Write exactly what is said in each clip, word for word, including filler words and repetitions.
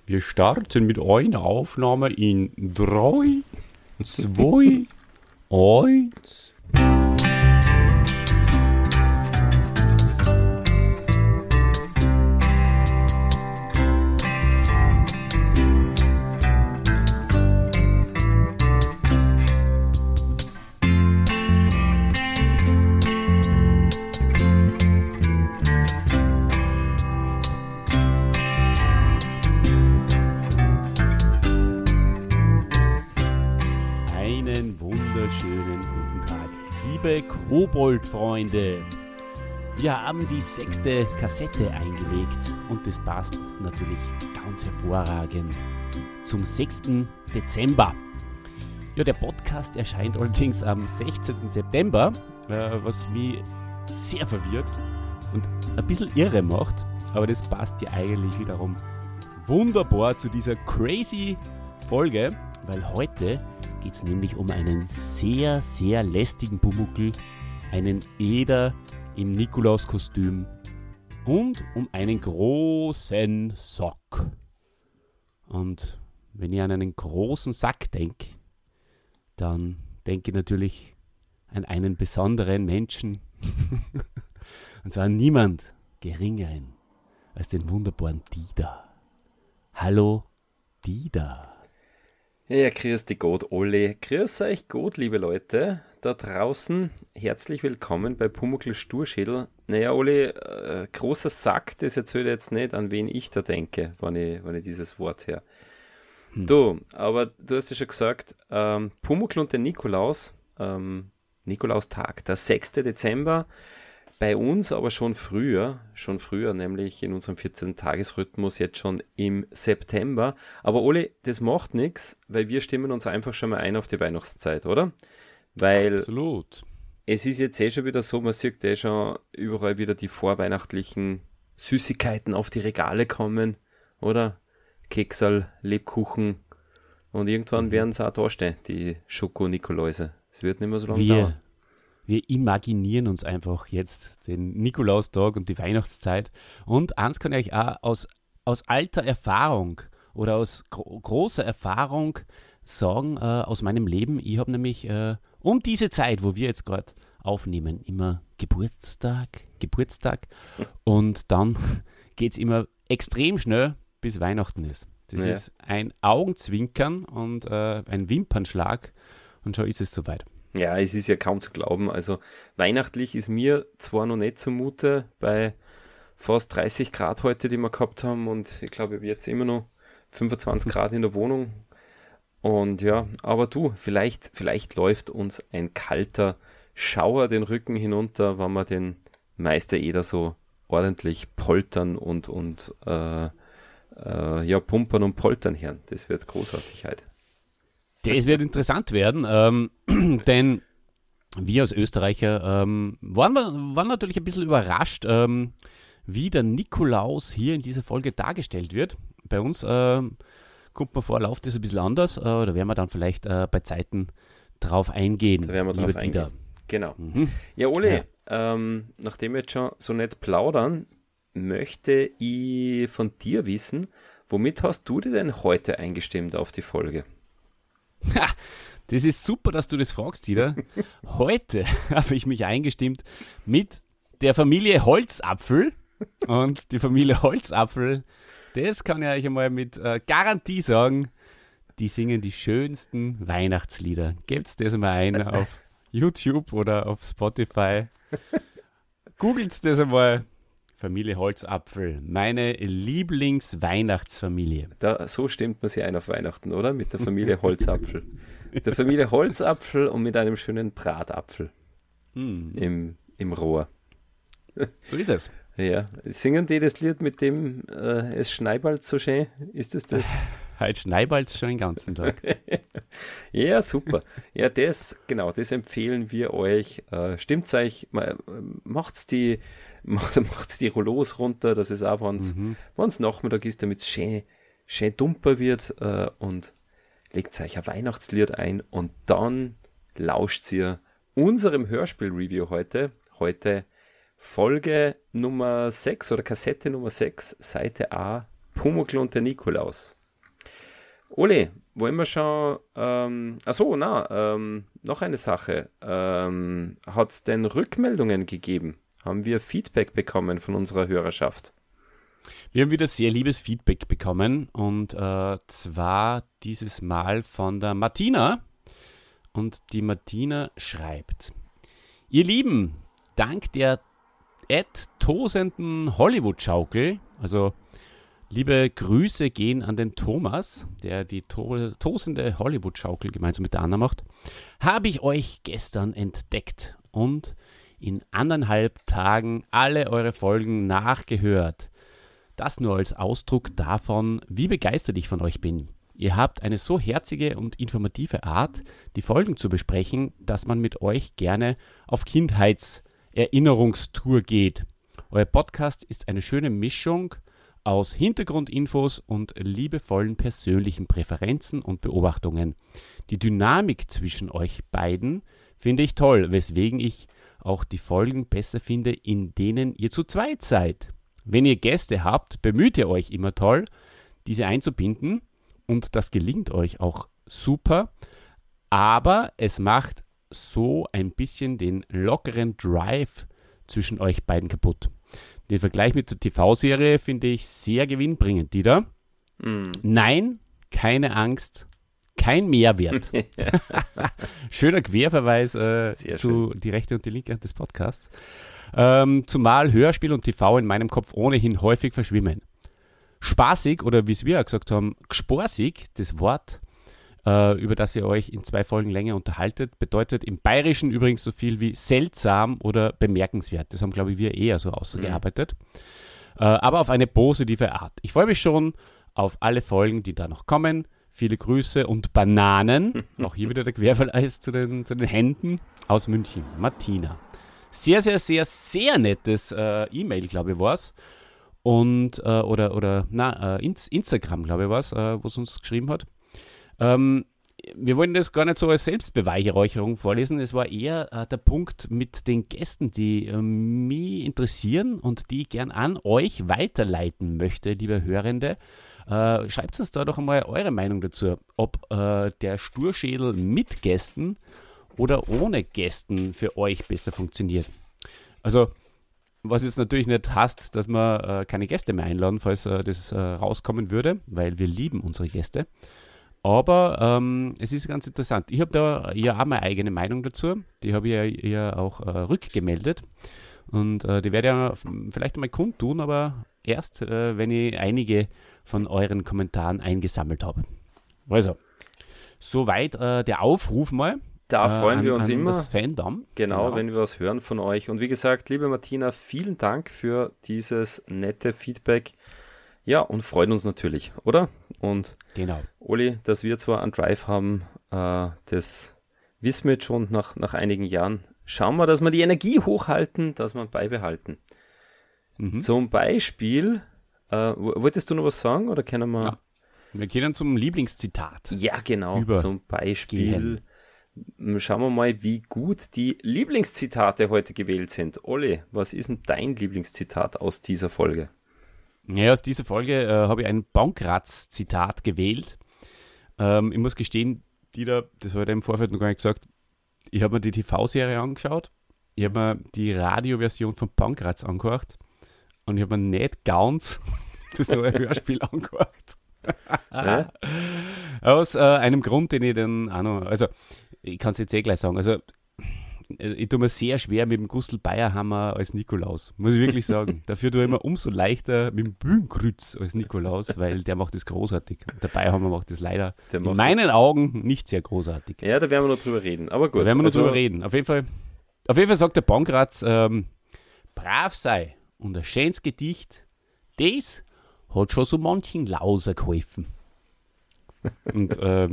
Wir starten mit einer Aufnahme in drei, zwei, eins. Liebe Kobold-Freunde, wir haben die sechste Kassette eingelegt und das passt natürlich ganz hervorragend zum sechsten Dezember. Ja, der Podcast erscheint allerdings am sechzehnten September, äh, was mich sehr verwirrt und ein bisschen irre macht, aber das passt ja eigentlich wiederum wunderbar zu dieser crazy Folge, weil heute geht es nämlich um einen sehr, sehr lästigen Pumuckl, einen Eder im Nikolauskostüm und um einen großen Sack. Und wenn ich an einen großen Sack denke, dann denke ich natürlich an einen besonderen Menschen. Und zwar an niemand Geringeren als den wunderbaren Dieter. Hallo, Dieter. Ja, grüß dich Gott, Olli. Grüß euch Gott, liebe Leute da draußen. Herzlich willkommen bei Pumuckl Sturschädel. Naja, Olli, äh, großer Sack, das erzähle ich jetzt nicht, an wen ich da denke, wenn ich, wenn ich dieses Wort höre. Hm. Du, aber du hast ja schon gesagt, ähm, Pumuckl und der Nikolaus, ähm, Nikolaustag, der sechste Dezember, bei uns aber schon früher, schon früher, nämlich in unserem vierzehn-Tages-Rhythmus jetzt schon im September. Aber Oli, das macht nichts, weil wir stimmen uns einfach schon mal ein auf die Weihnachtszeit, oder? Weil Absolut. Es ist jetzt eh schon wieder so, man sieht eh schon überall wieder die vorweihnachtlichen Süßigkeiten auf die Regale kommen, oder? Keksal, Lebkuchen und irgendwann mhm. werden sie auch da stehen, die Schoko-Nikoläuse. Es wird nicht mehr so lange wir. dauern. Wir imaginieren uns einfach jetzt den Nikolaustag und die Weihnachtszeit. Und eins kann ich euch auch aus, aus alter Erfahrung oder aus gro- großer Erfahrung sagen, äh, aus meinem Leben. Ich habe nämlich äh, um diese Zeit, wo wir jetzt gerade aufnehmen, immer Geburtstag, Geburtstag. Und dann geht es immer extrem schnell, bis Weihnachten ist. Das Ja. ist ein Augenzwinkern und äh, ein Wimpernschlag. Und schon ist es soweit. Ja, es ist ja kaum zu glauben. Also weihnachtlich ist mir zwar noch nicht zumute bei fast dreißig Grad heute, die wir gehabt haben, und ich glaube, ich habe jetzt immer noch fünfundzwanzig Grad in der Wohnung. Und ja, aber du, vielleicht, vielleicht läuft uns ein kalter Schauer den Rücken hinunter, wenn wir den Meister Eder so ordentlich poltern und, und äh, äh, ja, pumpern und poltern hören. Das wird großartig heute. Das wird interessant werden, ähm, denn wir als Österreicher ähm, waren, wir, waren natürlich ein bisschen überrascht, ähm, wie der Nikolaus hier in dieser Folge dargestellt wird. Bei uns ähm, kommt man vor, läuft das ein bisschen anders, äh, da werden wir dann vielleicht äh, bei Zeiten drauf eingehen. Da werden wir drauf eingehen. Genau. Mhm. Ja, Ole, Ja. Ähm, nachdem wir jetzt schon so nett plaudern, möchte ich von dir wissen, womit hast du dir denn heute eingestimmt auf die Folge? Ha, das ist super, dass du das fragst, Dieter. Heute habe ich mich eingestimmt mit der Familie Holzapfel. Und die Familie Holzapfel, das kann ich euch einmal mit äh, Garantie sagen, die singen die schönsten Weihnachtslieder. Gebt's das einmal ein auf YouTube oder auf Spotify. Googelt's das einmal. Familie Holzapfel, meine Lieblings-Weihnachtsfamilie. Da, so stimmt man sich ein auf Weihnachten, oder? Mit der Familie Holzapfel. Mit der Familie Holzapfel und mit einem schönen Bratapfel Hm. im, im Rohr. So ist es. Ja, singen die das Lied mit dem äh, Es schneibalt so schön? Ist das das? Heute schneibald's schon den ganzen Tag. Ja, super. Ja, das, genau, das empfehlen wir euch. Äh, stimmt's euch, ma- macht's die, macht, macht's die Rollos runter, dass es auch, wenn's, Mhm. wenn's Nachmittag ist, damit es schön, schön dumper wird, äh, und legt euch ein Weihnachtslied ein und dann lauscht ihr unserem Hörspiel-Review heute, heute Folge Nummer sechs oder Kassette Nummer sechs, Seite A, Pumuckl und der Nikolaus. Ole, wollen wir schon, ähm, achso, na, ähm, noch eine Sache. Ähm, hat es denn Rückmeldungen gegeben? Haben wir Feedback bekommen von unserer Hörerschaft? Wir haben wieder sehr liebes Feedback bekommen und äh, zwar dieses Mal von der Martina. Und die Martina schreibt: Ihr Lieben, dank der tosenden Hollywood-Schaukel, also liebe Grüße gehen an den Thomas, der die to- tosende Hollywood-Schaukel gemeinsam mit der Anna macht, habe ich euch gestern entdeckt und in anderthalb Tagen alle eure Folgen nachgehört. Das nur als Ausdruck davon, wie begeistert ich von euch bin. Ihr habt eine so herzige und informative Art, die Folgen zu besprechen, dass man mit euch gerne auf Kindheitserinnerungstour geht. Euer Podcast ist eine schöne Mischung aus Hintergrundinfos und liebevollen persönlichen Präferenzen und Beobachtungen. Die Dynamik zwischen euch beiden finde ich toll, weswegen ich auch die Folgen besser finde, in denen ihr zu zweit seid. Wenn ihr Gäste habt, bemüht ihr euch immer toll, diese einzubinden und das gelingt euch auch super, aber es macht so ein bisschen den lockeren Drive zwischen euch beiden kaputt. Den Vergleich mit der T V-Serie finde ich sehr gewinnbringend, Dieter. Mm. Nein, keine Angst, kein Mehrwert. Schöner Querverweis äh, zu schön. Die rechte und die linke Hand des Podcasts. Ähm, zumal Hörspiel und T V in meinem Kopf ohnehin häufig verschwimmen. Spaßig, oder wie es wir auch gesagt haben, gsporsig, das Wort, äh, über das ihr euch in zwei Folgen länger unterhaltet, bedeutet im Bayerischen übrigens so viel wie seltsam oder bemerkenswert. Das haben, glaube ich, wir eher so ausgearbeitet. Mhm. Äh, aber auf eine positive Art. Ich freue mich schon auf alle Folgen, die da noch kommen. Viele Grüße und Bananen. Auch hier wieder der Querverweis zu den, zu den Händen aus München. Martina. Sehr, sehr, sehr, sehr nettes äh, E-Mail, glaube ich, war es. Und, äh, oder, oder, na, äh, ins Instagram, glaube ich, war es, äh, wo es uns geschrieben hat. Ähm, wir wollen das gar nicht so als Selbstbeweihräucherung vorlesen. Es war eher äh, der Punkt mit den Gästen, die äh, mich interessieren und die ich gern an euch weiterleiten möchte, liebe Hörende. Äh, schreibt uns da doch einmal eure Meinung dazu, ob äh, der Sturschädel mit Gästen oder ohne Gästen für euch besser funktioniert. Also, was jetzt natürlich nicht heißt, dass wir äh, keine Gäste mehr einladen, falls äh, das äh, rauskommen würde, weil wir lieben unsere Gäste. Aber ähm, es ist ganz interessant. Ich habe da ja auch meine eigene Meinung dazu. Die habe ich ja, ja auch äh, rückgemeldet. Und äh, die werde ich ja vielleicht einmal kundtun, aber erst, äh, wenn ich einige von euren Kommentaren eingesammelt habe. Also, soweit äh, der Aufruf mal. Da freuen äh, an, wir uns an immer. Das Fandom. Genau, genau, wenn wir was hören von euch. Und wie gesagt, liebe Martina, vielen Dank für dieses nette Feedback. Ja, und freuen uns natürlich, oder? Und genau. Oli, dass wir zwar einen Drive haben, äh, das wissen wir jetzt schon nach, nach einigen Jahren. Schauen wir, dass wir die Energie hochhalten, dass wir beibehalten. Mhm. Zum Beispiel, äh, wolltest du noch was sagen oder können wir... Ja. Wir gehen zum Lieblingszitat. Ja, genau. Zum Beispiel... Schauen wir mal, wie gut die Lieblingszitate heute gewählt sind. Olli, was ist denn dein Lieblingszitat aus dieser Folge? Ja, aus dieser Folge äh, habe ich ein Bankratz-Zitat gewählt. Ähm, ich muss gestehen, Dieter, das habe ich im Vorfeld noch gar nicht gesagt, ich habe mir die T V-Serie angeschaut, ich habe mir die Radioversion von Bankratz angehört und ich habe mir nicht ganz das neue Hörspiel angehört. Äh? Aus äh, einem Grund, den ich dann auch noch, also ich kann es jetzt eh gleich sagen, also ich tue mir sehr schwer mit dem Gustl Bayerhammer als Nikolaus, muss ich wirklich sagen. Dafür tue ich mir umso leichter mit dem Bühnenkrütz als Nikolaus, weil der macht das großartig. Der Bayerhammer macht das leider in meinen das Augen nicht sehr großartig. Ja, da werden wir noch drüber reden, aber gut. Da werden wir noch also, drüber reden. Auf jeden Fall, auf jeden Fall sagt der Bankratz, ähm, brav sei und ein schönes Gedicht, das hat schon so manchen Lauser geholfen. Und ähm,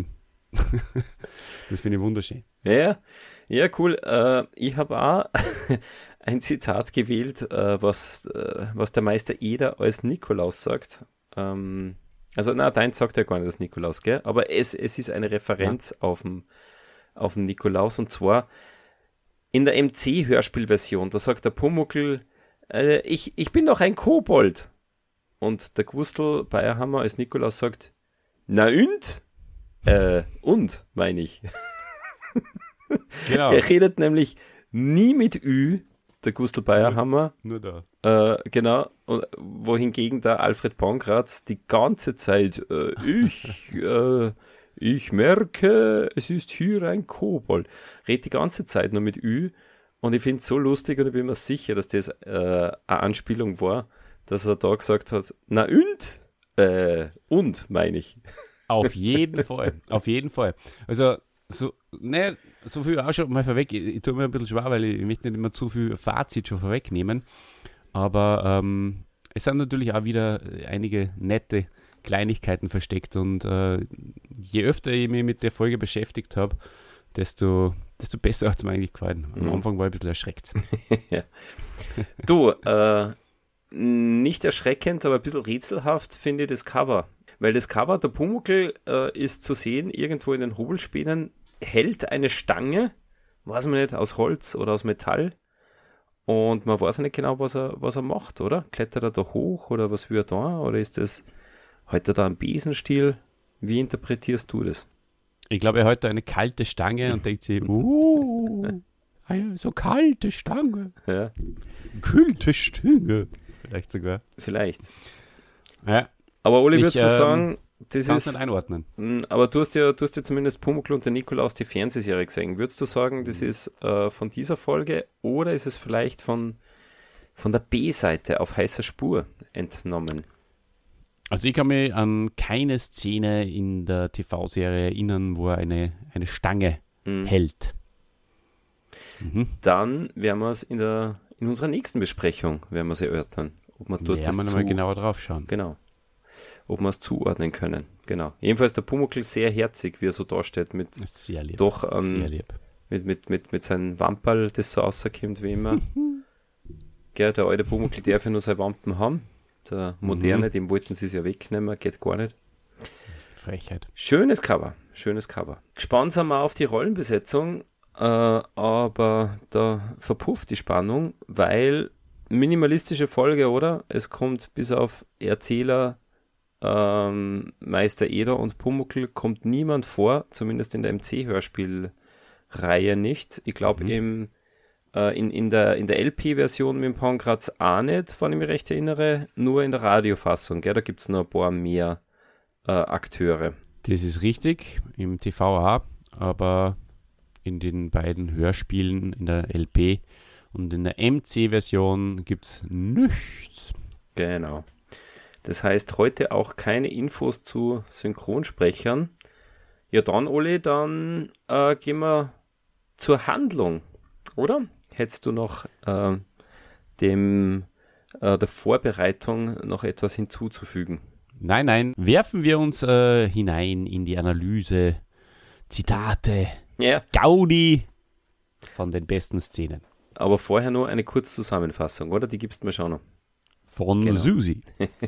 das finde ich wunderschön. Ja, ja, cool. Äh, ich habe auch ein Zitat gewählt, äh, was, äh, was der Meister Eder als Nikolaus sagt. Ähm, also, na, dein sagt ja gar nicht als Nikolaus, gell? Aber es, es ist eine Referenz ja. auf den auf den Nikolaus. Und zwar in der M C-Hörspielversion. Da sagt der Pumuckl, äh, ich, ich bin doch ein Kobold. Und der Gustl Bayerhammer als Nikolaus sagt, na und? Äh, und, meine ich. Genau. Er redet nämlich nie mit Ü, der Gustl Bayerhammer. Nur da. Äh, genau. Und wohingegen der Alfred Pongratz die ganze Zeit, äh, ich, äh, ich merke, es ist hier ein Kobold. Redet die ganze Zeit nur mit Ü. Und ich finde es so lustig und ich bin mir sicher, dass das äh, eine Anspielung war, dass er da gesagt hat, na und? Äh, und, meine ich. Auf jeden Fall, auf jeden Fall. Also, so, ne, so viel auch schon mal vorweg. Ich, ich tue mir ein bisschen schwer, weil ich, ich möchte nicht immer zu viel Fazit schon vorwegnehmen. Aber ähm, es sind natürlich auch wieder einige nette Kleinigkeiten versteckt. Und äh, je öfter ich mich mit der Folge beschäftigt habe, desto, desto besser hat es mir eigentlich gefallen. Am Mhm. Anfang war ich ein bisschen erschreckt. Ja. Du, äh, nicht erschreckend, aber ein bisschen rätselhaft finde ich das Cover. Weil das Cover, der Pumuckl äh, ist zu sehen, irgendwo in den Hobelspänen, hält eine Stange, weiß man nicht, aus Holz oder aus Metall. Und man weiß nicht genau, was er, was er macht, oder? Klettert er da hoch oder was will er da? Oder ist das, hat er da einen Besenstiel? Wie interpretierst du das? Ich glaube, er hat da eine kalte Stange und denkt sich, uh, eine so kalte Stange, Ja, kühlte Stange. Vielleicht sogar. vielleicht. Ja, Aber Oli, Ich, würdest du ähm, sagen, das kannst ist... nicht einordnen. Mm, Aber du hast ja, du hast ja zumindest Pumuckl und der Nikolaus die Fernsehserie gesehen. Würdest du sagen, das ist äh, von dieser Folge oder ist es vielleicht von, von der B-Seite auf heißer Spur entnommen? Also ich kann mich an keine Szene in der T V-Serie erinnern, wo er eine, eine Stange Mm. hält. Mhm. Dann werden wir es in, der, in unserer nächsten Besprechung werden wir es erörtern. Ob wir dort Werden das wir zu, nochmal genauer drauf schauen. genau, ob wir es zuordnen können. Genau. Jedenfalls der Pumuckl sehr herzig, wie er so dasteht, mit, Sehr lieb. doch ähm, Sehr lieb. mit, mit, mit, mit seinem Wamperl, das so rauskommt wie immer. Gell, der alte Pumuckl darf ja nur seine Wampen haben. Der moderne, Mhm. dem wollten sie es ja wegnehmen, geht gar nicht. Frechheit. Schönes Cover, schönes Cover. Gespannt sind wir auf die Rollenbesetzung, äh, aber da verpufft die Spannung, weil minimalistische Folge, oder? Es kommt bis auf Erzähler, ähm, Meister Eder und Pumuckl kommt niemand vor, zumindest in der M C-Hörspielreihe nicht. Ich glaube, Mhm. im äh, in, in der, in der L P-Version mit dem Pongratz auch nicht, wenn ich mich recht erinnere, nur in der Radiofassung, gell? Da gibt es noch ein paar mehr äh, Akteure. Das ist richtig, im T V auch, aber in den beiden Hörspielen, in der L P und in der M C-Version gibt es nichts. Genau. Das heißt, heute auch keine Infos zu Synchronsprechern. Ja, dann, Oli, dann äh, gehen wir zur Handlung, oder? Hättest du noch äh, dem äh, der Vorbereitung noch etwas hinzuzufügen? Nein, nein, werfen wir uns äh, hinein in die Analyse, Zitate, Ja, Gaudi von den besten Szenen. aber vorher nur eine Kurzzusammenfassung, oder? Die gibst du mir schon noch. Von Genau. Susi.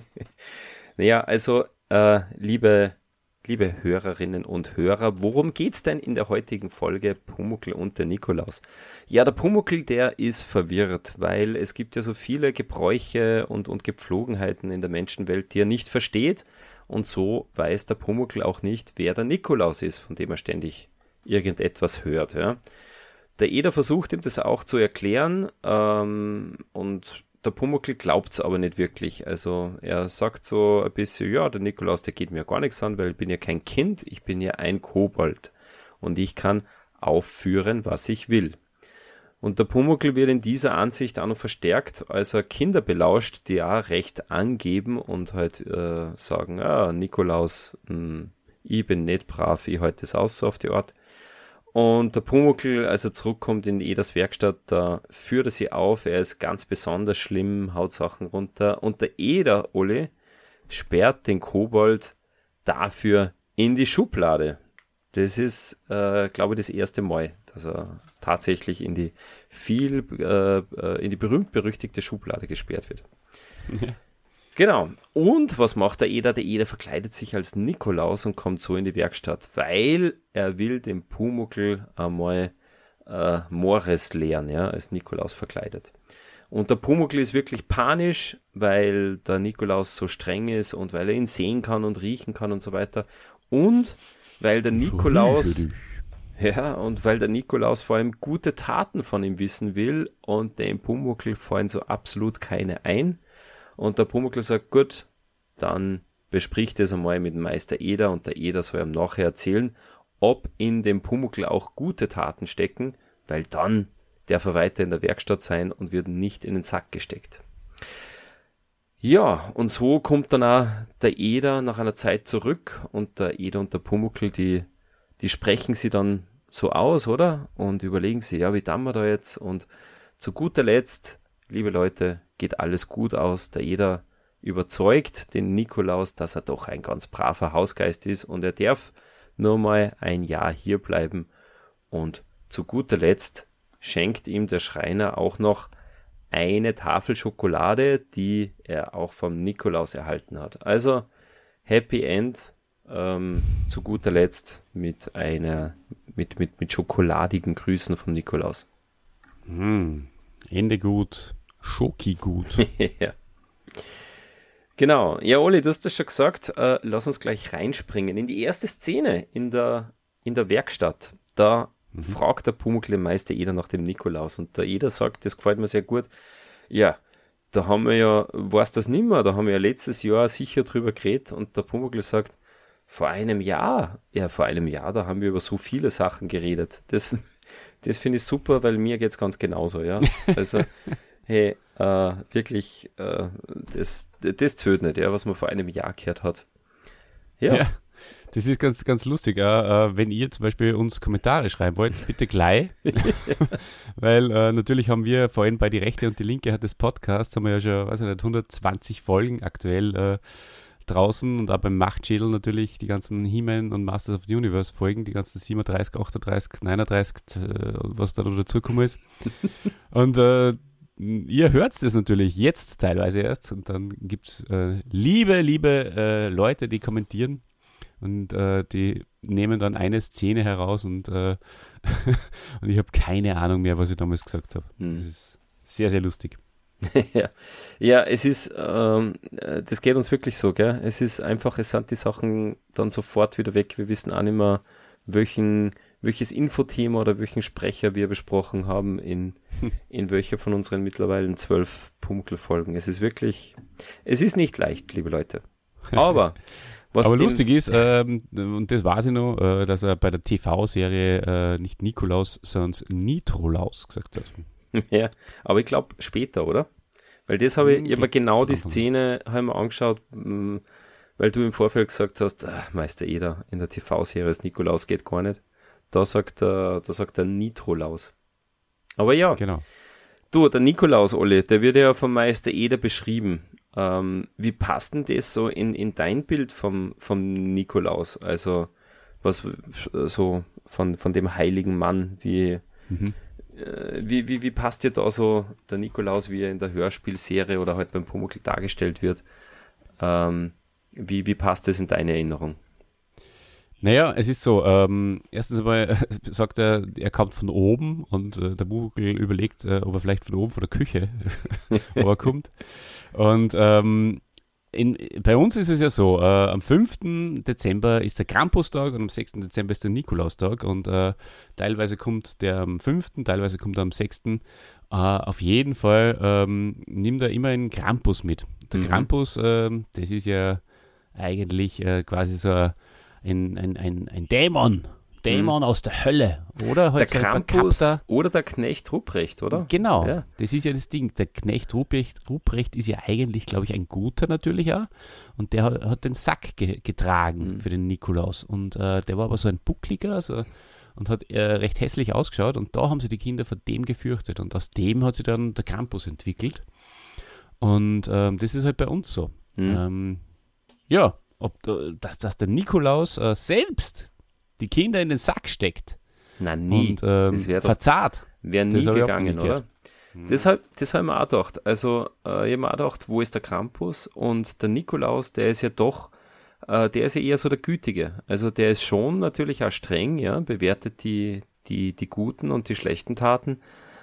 Naja, also, äh, liebe, liebe Hörerinnen und Hörer, worum geht's denn in der heutigen Folge Pumuckl und der Nikolaus? Ja, der Pumuckl, der ist verwirrt, weil es gibt ja so viele Gebräuche und, und Gepflogenheiten in der Menschenwelt, die er nicht versteht. Und so weiß der Pumuckl auch nicht, wer der Nikolaus ist, von dem er ständig irgendetwas hört. Ja. Der Eder versucht ihm das auch zu erklären, ähm, und der Pumuckl glaubt es aber nicht wirklich. Also er sagt so ein bisschen, ja, der Nikolaus, der geht mir gar nichts an, weil ich bin ja kein Kind, ich bin ja ein Kobold. Und ich kann aufführen, was ich will. Und der Pumuckl wird in dieser Ansicht auch noch verstärkt, als er Kinder belauscht, die auch recht angeben und halt äh, sagen, ja, Nikolaus, mh, ich bin nicht brav, ich halte das aus so auf die Art. Und der Pumuckl, als er zurückkommt in Eders Werkstatt, da führt er sie auf, er ist ganz besonders schlimm, haut Sachen runter. Und der Eder, Oli, sperrt den Kobold dafür in die Schublade. Das ist, äh, glaube ich, das erste Mal, dass er tatsächlich in die viel, äh, in die berühmt-berüchtigte Schublade gesperrt wird. Ja. Genau. Und was macht der Eder? Der Eder verkleidet sich als Nikolaus und kommt so in die Werkstatt, weil er will dem Pumuckl einmal äh, Mores lehren, ja, als Nikolaus verkleidet. Und der Pumuckl ist wirklich panisch, weil der Nikolaus so streng ist und weil er ihn sehen kann und riechen kann und so weiter. Und weil der Nikolaus, ja, und weil der Nikolaus vor allem gute Taten von ihm wissen will und dem Pumuckl fallen so absolut keine ein. Und der Pumuckl sagt, gut, dann bespricht es einmal mit dem Meister Eder und der Eder soll ihm nachher erzählen, ob in dem Pumuckl auch gute Taten stecken, weil dann darf er weiter in der Werkstatt sein und wird nicht in den Sack gesteckt. Ja, und so kommt dann auch der Eder nach einer Zeit zurück und der Eder und der Pumuckl, die, die sprechen sie dann so aus, oder? Und überlegen sie, ja, wie tun wir da jetzt? Und zu guter Letzt, liebe Leute, geht alles gut aus. Der Eder überzeugt den Nikolaus, dass er doch ein ganz braver Hausgeist ist und er darf nur mal ein Jahr hier bleiben. Und zu guter Letzt schenkt ihm der Schreiner auch noch eine Tafel Schokolade, die er auch vom Nikolaus erhalten hat. Also Happy End, ähm, zu guter Letzt mit einer mit, mit, mit schokoladigen Grüßen vom Nikolaus. Mm, Ende gut, Schoki gut. Ja. Genau. Ja, Oli, du hast das schon gesagt. Äh, lass uns gleich reinspringen in die erste Szene in der, in der Werkstatt. Da mhm. fragt der Pumuckl den Meister Eder nach dem Nikolaus und der Eder sagt, das gefällt mir sehr gut. Ja, da haben wir ja, weiß das nicht mehr, da haben wir ja letztes Jahr sicher drüber geredet und der Pumuckl sagt, vor einem Jahr, ja, vor einem Jahr, da haben wir über so viele Sachen geredet. Das, das finde ich super, weil mir geht es ganz genauso, ja. Also, hey, äh, wirklich, äh, das, das zählt nicht, ja, was man vor einem Jahr gehört hat. Ja. ja. Das ist ganz, ganz lustig, ja. Äh, wenn ihr zum Beispiel uns Kommentare schreiben wollt, bitte gleich, weil äh, natürlich haben wir vor allem bei die rechte und die linke Hand des Podcasts, haben wir ja schon, weiß ich nicht, hundertzwanzig Folgen aktuell äh, draußen und auch beim Machtschädel natürlich die ganzen He-Man und Masters of the Universe Folgen, die ganzen siebenunddreißig, achtunddreißig, neununddreißig, äh, was da noch dazugekommen ist. Und äh, ihr hört es natürlich jetzt teilweise erst und dann gibt es äh, liebe, liebe äh, Leute, die kommentieren und äh, die nehmen dann eine Szene heraus und, äh, und ich habe keine Ahnung mehr, was ich damals gesagt habe. Hm. Das ist sehr, sehr lustig. ja. ja, es ist, ähm, das geht uns wirklich so, gell? Es ist einfach, es sind die Sachen dann sofort wieder weg. Wir wissen auch nicht mehr, welchen, welches Infothema oder welchen Sprecher wir besprochen haben in, in welcher von unseren mittlerweile zwölf Pumuckl-Folgen. Es ist wirklich, es ist nicht leicht, liebe Leute. Aber was Aber lustig ist, ähm, und das weiß ich noch, äh, dass er bei der T V-Serie äh, nicht Nikolaus, sondern Nitrolaus gesagt hat. Ja, aber ich glaube später, oder? Weil das habe ich, ich habe mir genau die Szene habe mir angeschaut, mh, weil du im Vorfeld gesagt hast, ah, Meister Eder, in der T V-Serie ist Nikolaus geht gar nicht. Da sagt er, da sagt er Nitrolaus. Aber ja, genau. Du, der Nikolaus, Olli, der wird ja vom Meister Eder beschrieben. Ähm, wie passt denn das so in, in dein Bild vom, vom Nikolaus? Also, was so von, von dem heiligen Mann, wie, mhm. äh, wie, wie, wie passt dir da so der Nikolaus, wie er in der Hörspielserie oder halt beim Pumuckl dargestellt wird? Ähm, wie, wie passt das in deine Erinnerung? Naja, es ist so, ähm, erstens einmal äh, sagt er, er kommt von oben und äh, der Pumuckl überlegt, äh, ob er vielleicht von oben, von der Küche, ob er kommt. Und ähm, in, bei uns ist es ja so, äh, am fünften Dezember ist der Krampustag und am sechsten Dezember ist der Nikolaustag und äh, teilweise kommt der am fünften, teilweise kommt er am sechsten Äh, auf jeden Fall ähm, nimmt er immer einen Krampus mit. Der mhm. Krampus, äh, das ist ja eigentlich äh, quasi so ein Ein, ein, ein, ein Dämon, Dämon mhm. aus der Hölle, oder? Der Krampus oder der Knecht Ruprecht, oder? Genau, ja. Das ist ja das Ding. Der Knecht Ruprecht, Ruprecht ist ja eigentlich, glaube ich, ein guter natürlich auch. Und der hat, hat den Sack ge- getragen mhm. für den Nikolaus. Und äh, der war aber so ein Buckliger also, und hat äh, recht hässlich ausgeschaut. Und da haben sie die Kinder vor dem gefürchtet. Und aus dem hat sich dann der Krampus entwickelt. Und ähm, das ist halt bei uns so. Mhm. Ähm, ja. Ob dass, dass der Nikolaus äh, selbst die Kinder in den Sack steckt. Na nie. Und ähm, das wär verzahrt. Wäre nie gegangen, oder? Mhm. Deshalb, das habe ich mir auch gedacht. Also, äh, ich habe mir auch gedacht, wo ist der Krampus? Und der Nikolaus, der ist ja doch, äh, der ist ja eher so der Gütige. Also, der ist schon natürlich auch streng, ja, bewertet die, die, die guten und die schlechten Taten.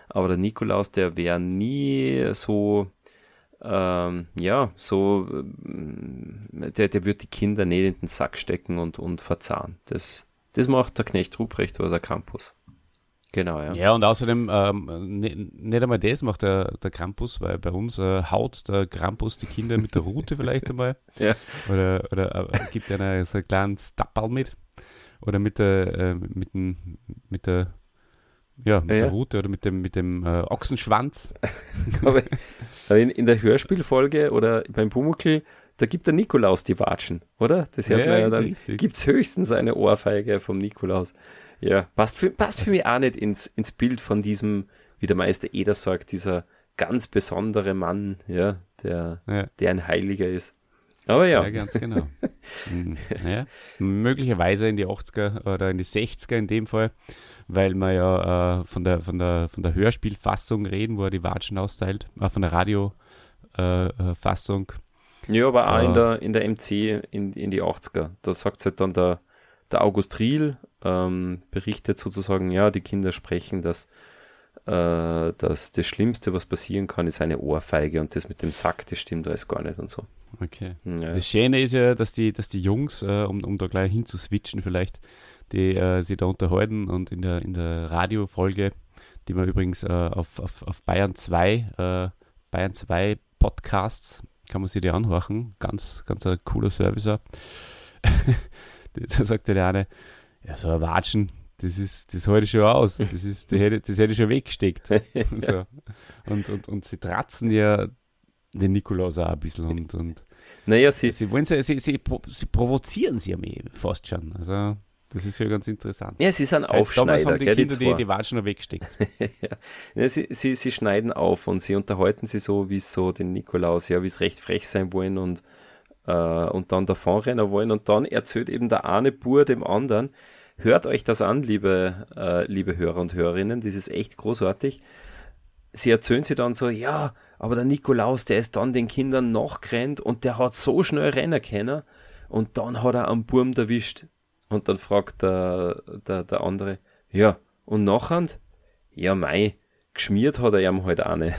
aber der Nikolaus, der wäre nie so, ähm, ja, so, ähm, der, der wird die Kinder nicht in den Sack stecken und, und verzahnen. Das, das macht der Knecht Ruprecht oder der Krampus. Genau, ja. Ja, und außerdem, ähm, ne, nicht einmal das macht der, der Krampus, weil bei uns äh, haut der Krampus die Kinder mit der Rute vielleicht einmal. Ja. Oder, oder äh, gibt einer so einen kleinen Stapperl mit. Oder mit der, äh, mit, dem, mit der, ja, mit ja, der ja. Rute oder mit dem, mit dem äh, Ochsenschwanz. Aber, aber in, in der Hörspielfolge oder beim Pumuckl, da gibt der Nikolaus die Watschen, oder? Das hört Ja, man ja dann. richtig. Gibt es höchstens eine Ohrfeige vom Nikolaus. Ja, passt für, passt für mich auch nicht ins, ins Bild von diesem, wie der Meister Eder sagt, dieser ganz besondere Mann, ja, der, Ja. der ein Heiliger ist. Aber ja. Ja, ganz genau. Mhm. Ja. Möglicherweise in die achtziger oder in die sechziger in dem Fall, weil wir ja äh, von, der, von, der, von der Hörspielfassung reden, wo er die Watschen austeilt, äh, von der Radiofassung. Äh, Ja, aber auch Da- in der, in der M C in, in die achtziger. Da sagt halt dann der, der August Riel, ähm, berichtet sozusagen, ja, die Kinder sprechen, dass, äh, dass das Schlimmste, was passieren kann, ist eine Ohrfeige und das mit dem Sack, das stimmt alles gar nicht und so. okay. Ja. Das Schöne ist ja, dass die, dass die Jungs, äh, um, um da gleich hinzuswitchen vielleicht, die äh, sich da unterhalten und in der, in der Radiofolge, die man übrigens äh, auf, auf, auf Bayern zwei, äh, Bayern zwei Podcasts, kann man sich die anhören, ganz, ganz ein cooler Service auch. Da sagt ja der eine, ja, so ein Watschen, das ist, das halte ich schon aus, das ist, das hätte, das hätte ich schon weggesteckt. So. Und, und, und sie tratzen ja den Nikolaus auch ein bisschen und, und Naja, sie, sie wollen sie, sie, sie, pro- sie provozieren sie ja mehr, fast schon. Also das ist schon ganz interessant. ja, sie sind Weil damals Aufschneider, haben die gell, die Kinder die, zwei. die Watschen noch weggesteckt. Ja, sie, sie, sie schneiden auf und sie unterhalten sich so, wie es so den Nikolaus, ja, wie es recht frech sein wollen und, äh, und dann davonrennen wollen. Und dann erzählt eben der eine Bur dem anderen, hört euch das an, liebe, äh, liebe Hörer und Hörerinnen, das ist echt großartig. Sie erzählen sie dann so, ja, aber der Nikolaus, der ist dann den Kindern nachgerannt und der hat so schnell rennen können und dann hat er einen Burm erwischt. Und dann fragt der, der, der andere, ja, und nachher? Ja, mei, geschmiert hat er ihm halt auch nicht.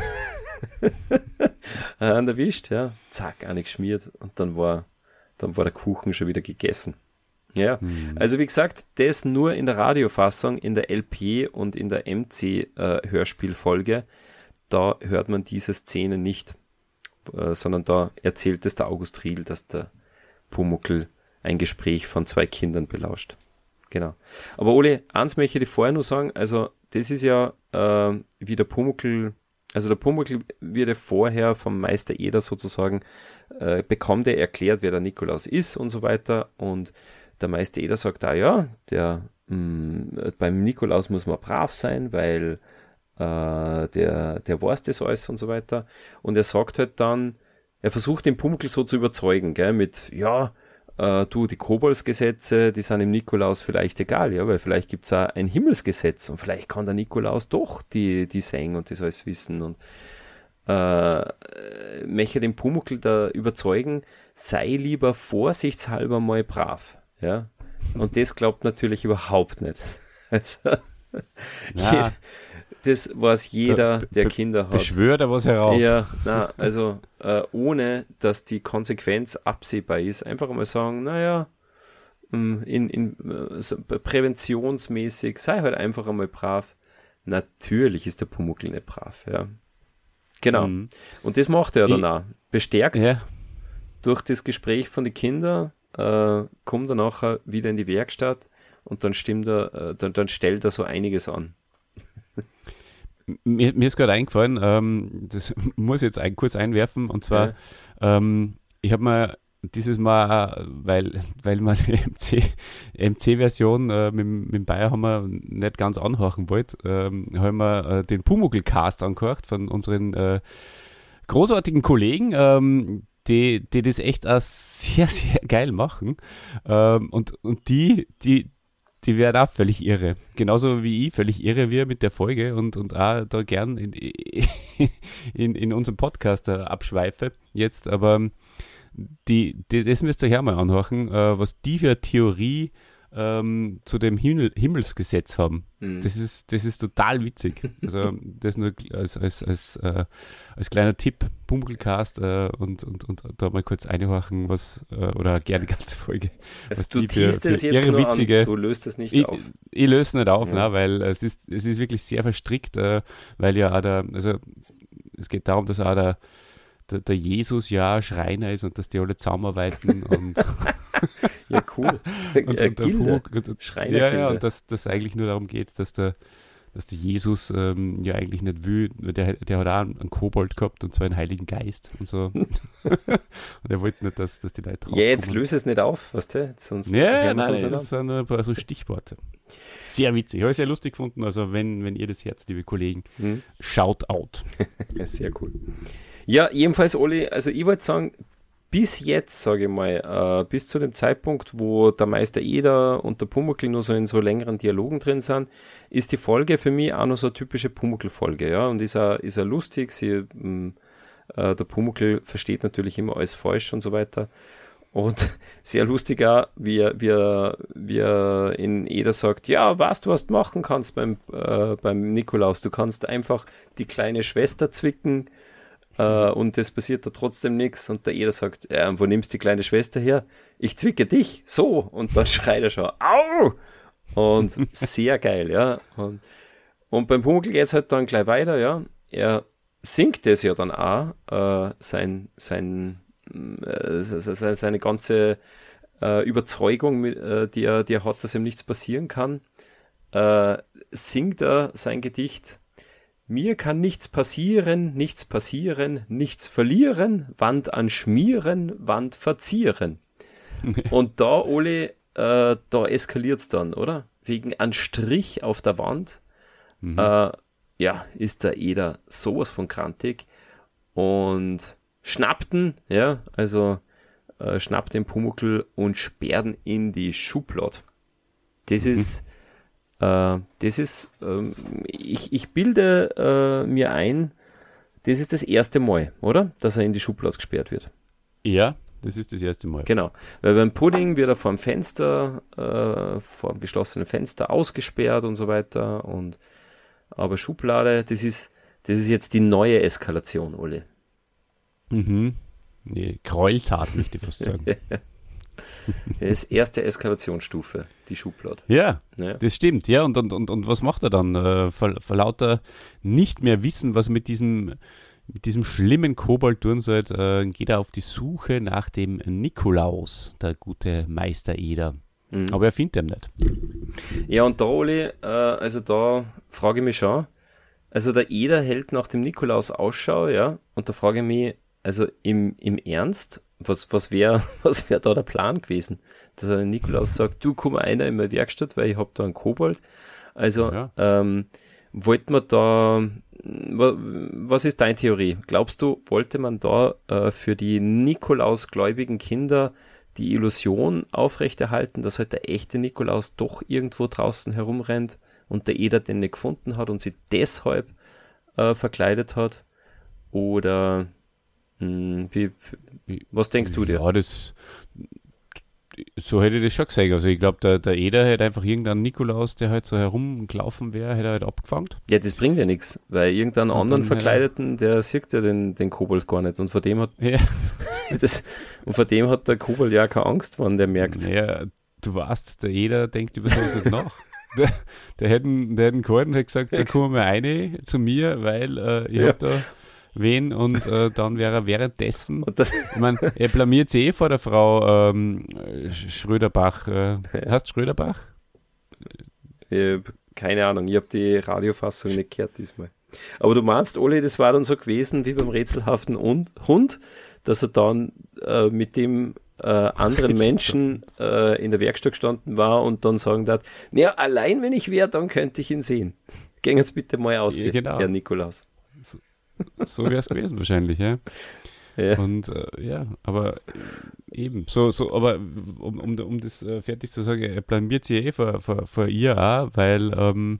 Er hat ihn erwischt, ja, zack, eine geschmiert und dann war, dann war der Kuchen schon wieder gegessen. Ja, also wie gesagt, das nur in der Radiofassung, in der L P und in der M C-Hörspielfolge, da hört man diese Szene nicht, äh, sondern da erzählt es der August Riel, dass der Pumuckl ein Gespräch von zwei Kindern belauscht. Genau. Aber Ole, eins möchte ich vorher nur sagen, also das ist ja äh, wie der Pumuckl, also der Pumuckl wird ja vorher vom Meister Eder sozusagen, äh, bekommt er erklärt, wer der Nikolaus ist und so weiter und der Meister Eder sagt da, ja, der, mh, beim Nikolaus muss man brav sein, weil äh, der, der weiß das alles und so weiter. Und er sagt halt dann, er versucht den Pumuckl so zu überzeugen, gell, mit, ja, äh, du, die Koboldsgesetze, die sind dem Nikolaus vielleicht egal, ja, weil vielleicht gibt es auch ein Himmelsgesetz und vielleicht kann der Nikolaus doch die, die singen und das alles wissen und äh, möchte den Pumuckl da überzeugen, sei lieber vorsichtshalber mal brav. Ja, und das glaubt natürlich überhaupt nicht. Also, Ja. das weiß jeder, Be- der be- Kinder hat. Beschwört er was herauf. Ja, na, also äh, ohne, dass die Konsequenz absehbar ist, einfach mal sagen, naja, in, in, äh, so präventionsmäßig, sei halt einfach einmal brav. Natürlich ist der Pumuckl nicht brav, ja. Genau. Mhm. Und das macht er dann Ich- auch. Bestärkt Ja. durch das Gespräch von den Kindern, äh, kommt er nachher wieder in die Werkstatt und dann stimmt er, äh, dann, dann stellt er so einiges an. Mir, mir ist gerade eingefallen, ähm, das muss ich jetzt ein, kurz einwerfen, und zwar, ähm, ich habe mir dieses Mal, weil, weil man die M C, M C-Version äh, mit, mit dem Bayer haben wir nicht ganz anhören wollt, ähm, haben wir äh, den Pumuckl-Cast angehört von unseren äh, großartigen Kollegen, ähm, die, die das echt auch sehr, sehr geil machen. Ähm, und, und die, die, die werden auch völlig irre. Genauso wie ich völlig irre wir mit der Folge und, und auch da gern in, in, in unserem Podcast äh, abschweife jetzt. Aber die, die, das müsst ihr euch auch mal anhören, äh, was die für eine Theorie ähm, zu dem Himmel, Himmelsgesetz haben. Mhm. Das ist, das ist total witzig. Also das nur als, als, als, äh, als kleiner Tipp, Pumuckl-Cast äh, und, und, und da mal kurz einhorchen, was, äh, oder gerne die ganze Folge. Also was du die für- teast es für jetzt ihre nur witzige- an, du löst es nicht Ich, auf. ich löse es nicht auf, Ja. ne, weil es ist, es ist wirklich sehr verstrickt, äh, weil ja auch der, also es geht darum, dass auch der, der, der Jesus ja Schreiner ist und dass die alle zusammenarbeiten und, Ja, cool. und, Äh, und der Gilde. Pumuckl- und- ja, Schreinergilde. ja, und dass das eigentlich nur darum geht, dass der, dass der Jesus ähm, ja eigentlich nicht will, der, der hat auch einen, einen Kobold gehabt und zwar einen Heiligen Geist und so. Und er wollte nicht, dass, dass die Leute drauf Ja, jetzt löse es nicht auf, weißt du? Sonst Ja, ja, hören wir nein, uns nein, nicht das sind ein paar so Stichworte. Sehr witzig, habe ich sehr lustig gefunden. Also wenn, wenn ihr das Herz, liebe Kollegen, an. Hm? shout out. Ja, sehr cool. Ja, jedenfalls, Oli, also ich wollte sagen, bis jetzt, sage ich mal, äh, bis zu dem Zeitpunkt, wo der Meister Eder und der Pumuckl nur so in so längeren Dialogen drin sind, ist die Folge für mich auch noch so eine typische Pumuckl-Folge, ja, und ist auch, ist auch lustig, sie, mh, äh, der Pumuckl versteht natürlich immer alles falsch und so weiter. Und sehr lustig auch, wie er, wie er, wie er in Eder sagt, ja, weißt du, was du machen kannst beim, äh, beim Nikolaus, du kannst einfach die kleine Schwester zwicken, Uh, und es passiert da trotzdem nichts. Und der Eder sagt, ja, wo nimmst du die kleine Schwester her? Ich zwicke dich, so. Und dann schreit er schon, au! Und sehr geil, ja. Und, und beim Pumuckl geht es halt dann gleich weiter, ja. Er singt es ja dann auch, uh, sein, sein, äh, seine, seine ganze äh, Überzeugung, mit, äh, die, er, die er hat, dass ihm nichts passieren kann, äh, singt er sein Gedicht: Mir kann nichts passieren, nichts passieren, nichts verlieren, Wand anschmieren, Wand verzieren. Und da, Oli, äh, da eskaliert es dann, oder? Wegen einem Strich auf der Wand, Mhm. äh, ja, ist der Eder sowas von krantig und schnappt ihn, ja, also äh, schnappt den Pumuckl und sperrt ihn in die Schublade. Das Mhm. ist Äh, das ist, ähm, ich, ich bilde äh, mir ein, das ist das erste Mal, oder? Dass er in die Schublade gesperrt wird. Ja, das ist das erste Mal. Genau. Weil beim Pudding wird er vor dem Fenster, äh, vor dem geschlossenen Fenster ausgesperrt und so weiter. Und aber Schublade, das ist, das ist jetzt die neue Eskalation, Oli. Mhm. Nee, Gräueltat, möchte ich fast sagen. Das ist erste Eskalationsstufe, die Schublade. Ja, Ja. das stimmt. Ja, und, und, und, und was macht er dann? Äh, vor, vor lauter nicht mehr wissen, was er mit diesem, mit diesem schlimmen Kobold tun soll, äh, geht er auf die Suche nach dem Nikolaus, der gute Meister Eder. Mhm. Aber er findet ihn nicht. Ja, und da, Oli, äh, also da frage ich mich schon, also der Eder hält nach dem Nikolaus Ausschau, ja, und da frage ich mich, also im, im Ernst, was, was wäre was wär da der Plan gewesen? Dass er den Nikolaus sagt, du, komm einer in meine Werkstatt, weil ich habe da einen Kobold. Also, Ja. ähm, wollte man da, wa- was ist deine Theorie? Glaubst du, wollte man da äh, für die Nikolausgläubigen Kinder die Illusion aufrechterhalten, dass halt der echte Nikolaus doch irgendwo draußen herumrennt und der Eder den nicht gefunden hat und sie deshalb äh, verkleidet hat? Oder mh, wie, was denkst du dir? Ja, das, so hätte ich das schon gesagt. Also ich glaube, der, der Eder hätte einfach irgendeinen Nikolaus, der halt so herumgelaufen wäre, hätte er halt abgefangen. Ja, das bringt ja nichts, weil irgendeinen Und anderen dann, Verkleideten, der sieht ja den, den Kobold gar nicht und vor dem hat Ja. das, und vor dem hat der Kobold ja keine Angst, wenn der merkt. Naja, du weißt, der Eder denkt über sowas nicht nach. Der, der hätten, der hätten gehalten und hätte gesagt, da kommen wir rein zu mir, weil äh, ich Ja. hab da wen und äh, dann wäre er währenddessen, Und das, ich meine, er blamiert sich eh vor der Frau ähm, Sch- Schröderbach. Äh, heißt Schröderbach? ich hab keine Ahnung, ich habe die Radiofassung nicht gehört diesmal. Aber du meinst, Oli, das war dann so gewesen wie beim rätselhaften Und- Hund, dass er dann äh, mit dem äh, anderen Menschen äh, in der Werkstatt gestanden war und dann sagen hat, naja, allein wenn ich wäre, dann könnte ich ihn sehen. Gehen jetzt bitte mal aus, Ja, genau. Herr Nikolaus. So wäre es gewesen wahrscheinlich, ja. Ja. Und äh, ja, aber äh, eben, so, so, aber um, um, um das äh, fertig zu sagen, er blamiert sich eh vor, vor, vor ihr auch, weil ähm,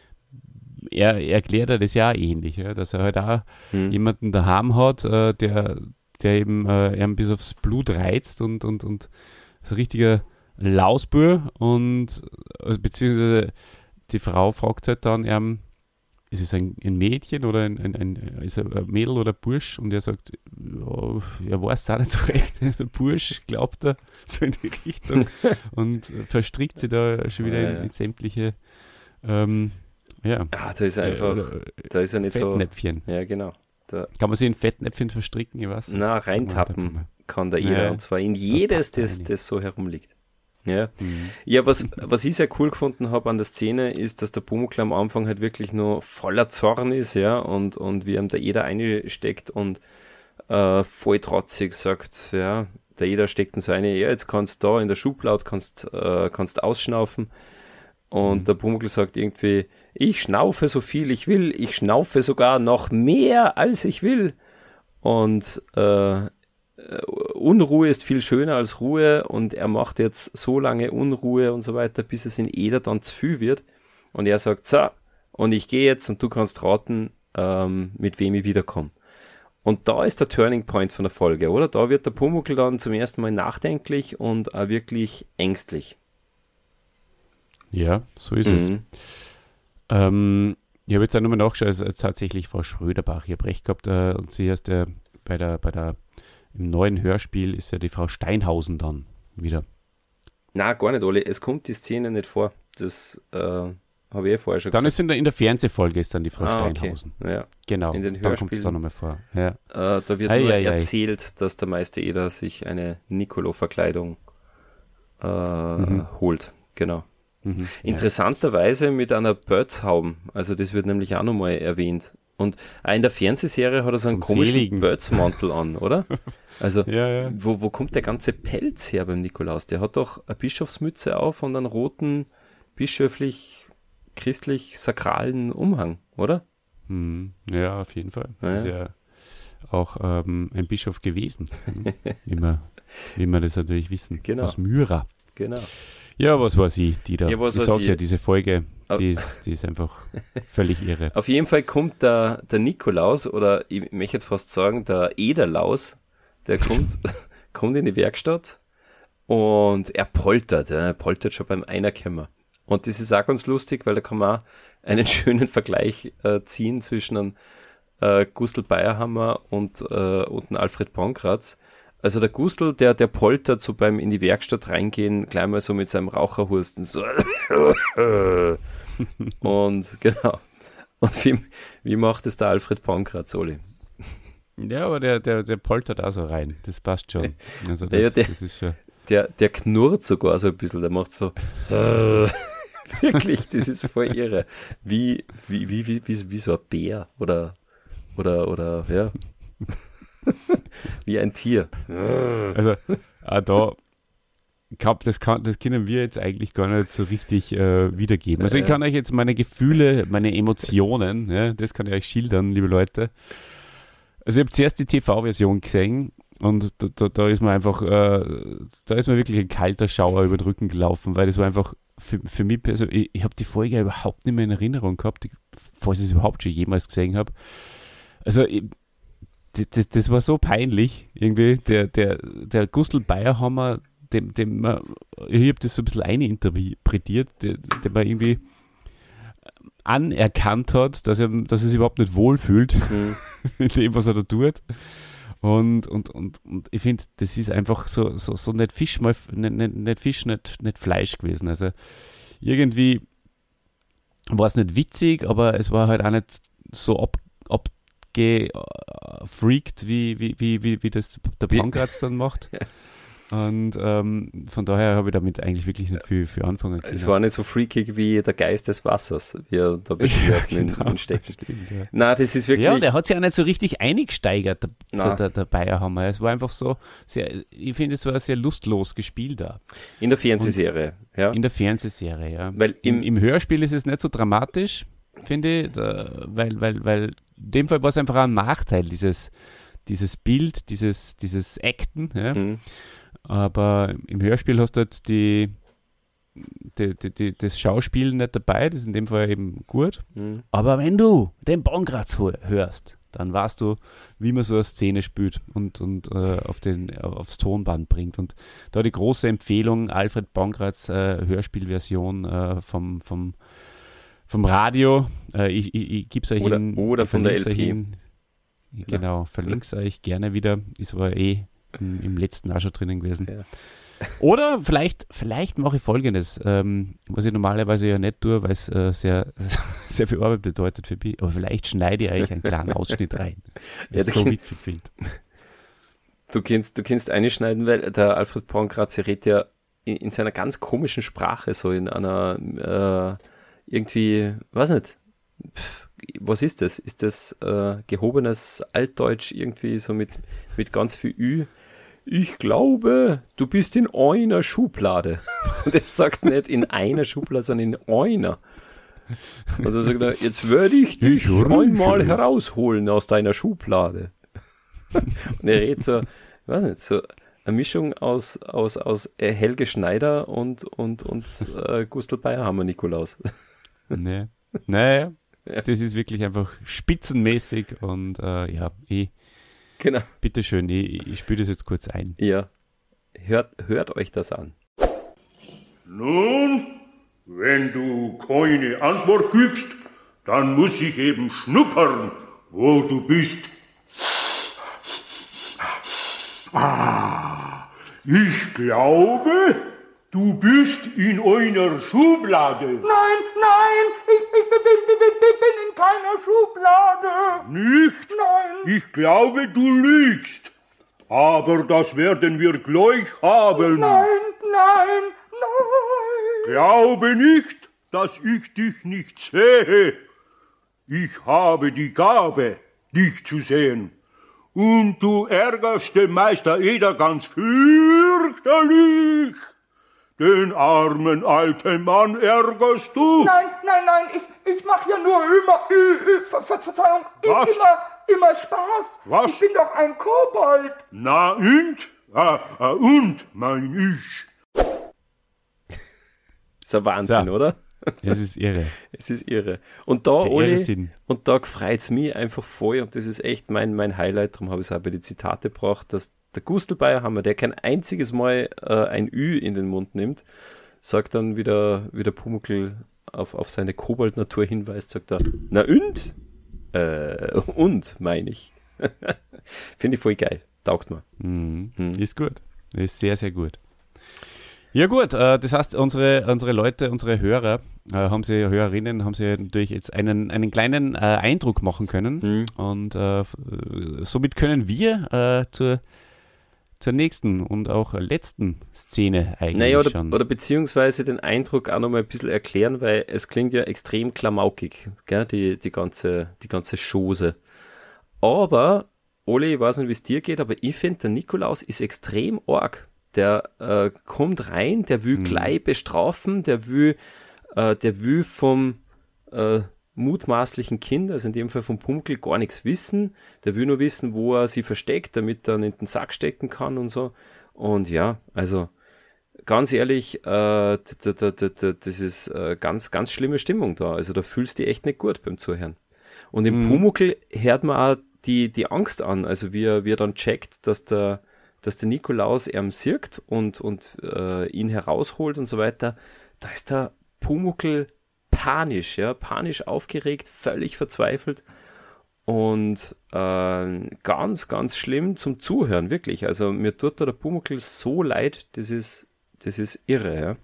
er, er erklärt er das ja auch ähnlich, ja, dass er halt auch Hm. jemanden daheim hat, äh, der, der eben äh, ihn bis aufs Blut reizt und, und, und so ein richtiger Lausbur und also, beziehungsweise die Frau fragt halt dann, ähm, ist es ein, ein Mädchen oder ein, ein, ein, ist er ein Mädel oder ein Bursch? Und er sagt, ja, er weiß es auch nicht so recht. Ein Bursch, glaubt er, so in die Richtung. Und verstrickt sie da schon wieder Ja, in, ja. in sämtliche, ähm, ja, Ah, da ist er einfach, äh, da ist er nicht so. Fettnäpfchen. Ja, genau. Da, Kann man sie in Fettnäpfchen verstricken? Ich weiß nicht. na, Sag mal halt einfach reintappen mal. kann da jeder. Ja. Und zwar in jedes, tappt er das, rein. das so herumliegt. Ja. Mhm. Ja, was, was ich sehr cool gefunden habe an der Szene, ist, dass der Pumuckl am Anfang halt wirklich nur voller Zorn ist, ja, und, und wie ihm der Eder einsteckt und äh, voll trotzig sagt, ja, der Eder steckt in so eine, ja, jetzt kannst du da in der Schublade, kannst, äh, kannst ausschnaufen. Und Mhm. der Pumuckl sagt irgendwie, ich schnaufe so viel ich will, ich schnaufe sogar noch mehr als ich will. Und äh, Unruhe ist viel schöner als Ruhe und er macht jetzt so lange Unruhe und so weiter, bis es in Eder dann zu viel wird. Und er sagt, so, und ich gehe jetzt und du kannst raten, ähm, mit wem ich wiederkomme. Und da ist der Turning Point von der Folge, oder? Da wird der Pumuckl dann zum ersten Mal nachdenklich und auch wirklich ängstlich. Ja, so ist es. Mhm. Ähm, ich habe jetzt auch nochmal nachgeschaut, also tatsächlich Frau Schröderbach, ich habe recht gehabt, äh, und sie ist der, bei der, bei der, im neuen Hörspiel ist ja die Frau Steinhausen dann wieder. Na, gar nicht, Oli. Es kommt die Szene nicht vor. Das äh, habe ich eh vorher schon Dann gesagt. ist in der, in der Fernsehfolge ist dann die Frau Ah, okay. Steinhausen. Ja. Genau, In den dann kommt es Hörspielen- da nochmal vor. Ja. Äh, da wird Ei, nur ei, ei. erzählt, dass der Meister Eder sich eine Nicolo-Verkleidung äh, Mhm. holt. Genau. Mhm. Interessanterweise mit einer Bötzhaube. Also das wird nämlich auch nochmal erwähnt. Und auch in der Fernsehserie hat er so einen Vom komischen Seligen. Bötzmantel an, oder? Also Ja, ja. wo, wo kommt der ganze Pelz her beim Nikolaus? Der hat doch eine Bischofsmütze auf und einen roten, bischöflich, christlich-sakralen Umhang, oder? Mhm. Ja, auf jeden Fall. Ja. Ist ja auch ähm, ein Bischof gewesen. ne? wie, wir, wie wir das natürlich wissen. Genau. Aus Myra. Genau. Ja, was war sie, die da? Ja, was ich war sag's sie? ja, diese Folge, Au- die ist, die ist einfach völlig irre. Auf jeden Fall kommt der, der Nikolaus, oder ich möchte fast sagen, der Ederlaus, der kommt, kommt in die Werkstatt und er poltert, ja, er poltert schon beim Einerkämmer. Und das ist auch ganz lustig, weil da kann man auch einen schönen Vergleich äh, ziehen zwischen einem äh, Gustl Bayerhammer und, äh, und einem Alfred Pankratz. Also der Gustl, der, der poltert so beim in die Werkstatt reingehen, gleich mal so mit seinem Raucherhusten so. Und genau. Und wie, wie macht es der Alfred Pankratz, Oli? Ja, aber der, der, der poltert auch so rein. Das passt schon. Also das, Ja, der- das ist schon. Der, der knurrt sogar so ein bisschen, der macht so. äh, Wirklich, das ist voll irre. Wie, wie, wie, wie, wie, wie so ein Bär oder, oder, oder, ja. Wie ein Tier. Also auch da, ich glaub, das, kann, das können wir jetzt eigentlich gar nicht so richtig äh, wiedergeben. Also ich Äh. kann euch jetzt meine Gefühle, meine Emotionen, ja, das kann ich euch schildern, liebe Leute. Also ich habe zuerst die T V-Version gesehen und da, da, da ist mir einfach, äh, da ist mir wirklich ein kalter Schauer über den Rücken gelaufen, weil das war einfach für, für mich, also ich, ich habe die Folge überhaupt nicht mehr in Erinnerung gehabt, ich, falls ich es überhaupt schon jemals gesehen habe. Also ich, das, das, das war so peinlich, irgendwie, der, der, der Gustl Bayerhammer, dem, dem man, ich habe das so ein bisschen eininterpretiert, der, der man irgendwie anerkannt hat, dass er, dass er sich überhaupt nicht wohlfühlt Hm. in dem, was er da tut. Und, und, und, und ich finde, das ist einfach so, so, so nicht Fisch, mal, nicht, nicht, nicht Fisch, nicht, nicht Fleisch gewesen. Also irgendwie war es nicht witzig, aber es war halt auch nicht so ab, abgefreakt, wie, wie, wie, wie, wie das der Wie- Pankratz dann macht. Und ähm, von daher habe ich damit eigentlich wirklich nicht viel, viel anfangen können. Es war nicht so freakig wie der Geist des Wassers, wie er da beschwört ja, in, genau. in Stecken. Stimmt, ja. Na, das ist wirklich. Ja, der hat sich auch nicht so richtig eingesteigert, der, Na. der, der, der Bayerhammer. Es war einfach so, sehr, ich finde, es war sehr lustlos gespielt da. in der Fernsehserie, ja. In der Fernsehserie, ja. Weil Im, im, Im Hörspiel ist es nicht so dramatisch, finde ich, da, weil, weil, weil in dem Fall war es einfach auch ein Nachteil, dieses, dieses Bild, dieses, dieses Acten, ja. Hm. Aber im Hörspiel hast du halt die, die, die, die, das Schauspiel nicht dabei, das ist in dem Fall eben gut. Hm. Aber wenn du den Pankratz ho- hörst, dann weißt du, wie man so eine Szene spielt und, und äh, auf den, aufs Tonband bringt. Und da die große Empfehlung, Alfred Bongrads äh, Hörspielversion äh, vom, vom, vom Radio. Äh, ich ich, ich gebe es euch oder, in, oder von der L P. In, genau, verlinke es euch gerne wieder. Ist aber eh im, im letzten auch schon drinnen gewesen. Ja. Oder vielleicht, vielleicht mache ich Folgendes, ähm, was ich normalerweise ja nicht tue, weil es äh, sehr, sehr viel Arbeit bedeutet für mich, aber vielleicht schneide ich euch einen kleinen Ausschnitt rein, weil ja, ich es so witzig finde. Du kannst, du kannst einschneiden, weil der Alfred Pongratz redet ja in, in seiner ganz komischen Sprache, so in einer äh, irgendwie, weiß nicht, pff, was ist das? Ist das äh, gehobenes Altdeutsch irgendwie so mit, mit ganz viel Ü? Ich glaube, du bist in einer Schublade. Und er sagt nicht in einer Schublade, sondern in einer. Und dann sagt er, jetzt werde ich dich einmal herausholen aus deiner Schublade. Und er redet so, ich weiß nicht, so eine Mischung aus, aus, aus Helge Schneider und, und, und äh, Gustl Bayerhammer Nikolaus. Nee. Naja, ja. Das ist wirklich einfach spitzenmäßig und äh, ja, ich Genau. Bitteschön, ich, ich spiele das jetzt kurz ein. Ja, hört, hört euch das an. Nun, wenn du keine Antwort gibst, dann muss ich eben schnuppern, wo du bist. Ah, ich glaube, du bist in einer Schublade. Nein, nein, ich, ich bin, bin, bin, bin in keiner Schublade. Nicht? Nein. Ich glaube, du lügst. Aber das werden wir gleich haben. Nein, nein, nein. Glaube nicht, dass ich dich nicht sehe. Ich habe die Gabe, dich zu sehen. Und du ärgerst den Meister Eder ganz fürchterlich. Den armen alten Mann ärgerst du. Nein, nein, nein, ich, ich mache ja nur immer, Ü, Ü, Ver, Ver, Verzeihung, Was? immer, immer Spaß. Was? Ich bin doch ein Kobold. Na und? Ah, ah, und, mein Ich. Ist ein Wahnsinn, So. oder? Es ist irre. Es ist irre. Und da, Der Oli, Irrsinn. und da freut es mich einfach voll, und das ist echt mein, mein Highlight, darum habe ich es auch bei den Zitate gebracht, dass der Gustl Bayerhammer, der kein einziges Mal äh, ein Ü in den Mund nimmt, sagt dann wieder, wie der Pumuckl auf, auf seine Kobold-Natur hinweist, sagt er, na und? Äh, und, meine ich. Finde ich voll geil. Taugt mir. Mhm. Mhm. Ist gut. Ist sehr, sehr gut. Ja gut, äh, das heißt, unsere, unsere Leute, unsere Hörer, äh, haben sie, Hörerinnen, haben sie natürlich jetzt einen, einen kleinen äh, Eindruck machen können. Mhm. Und äh, f- äh, somit können wir äh, zur, zur nächsten und auch letzten Szene eigentlich Naja, oder, schon. oder beziehungsweise den Eindruck auch nochmal ein bisschen erklären, weil es klingt ja extrem klamaukig, gell, die, die ganze, die ganze Chose. Aber, Oli, ich weiß nicht, wie es dir geht, aber ich finde, der Nikolaus ist extrem arg. Der äh, kommt rein, der will Mhm. gleich bestrafen, der will, äh, der will vom äh, mutmaßlichen Kind, also in dem Fall vom Pumuckl, gar nichts wissen. Der will nur wissen, wo er sie versteckt, damit er ihn in den Sack stecken kann und so. Und ja, also ganz ehrlich, äh, d- d- d- d- d- das ist äh, ganz, ganz schlimme Stimmung da. Also da fühlst du dich echt nicht gut beim Zuhören. Und im Mhm. Pumuckl hört man auch die, die Angst an, also wie er, wie er dann checkt, dass der, dass der Nikolaus ihm sirgt und, und äh, ihn herausholt und so weiter. Da ist der Pumuckl panisch, ja, panisch aufgeregt, völlig verzweifelt und äh, ganz, ganz schlimm zum Zuhören, wirklich. Also mir tut da der Pumuckl so leid, das ist, das ist irre, ja.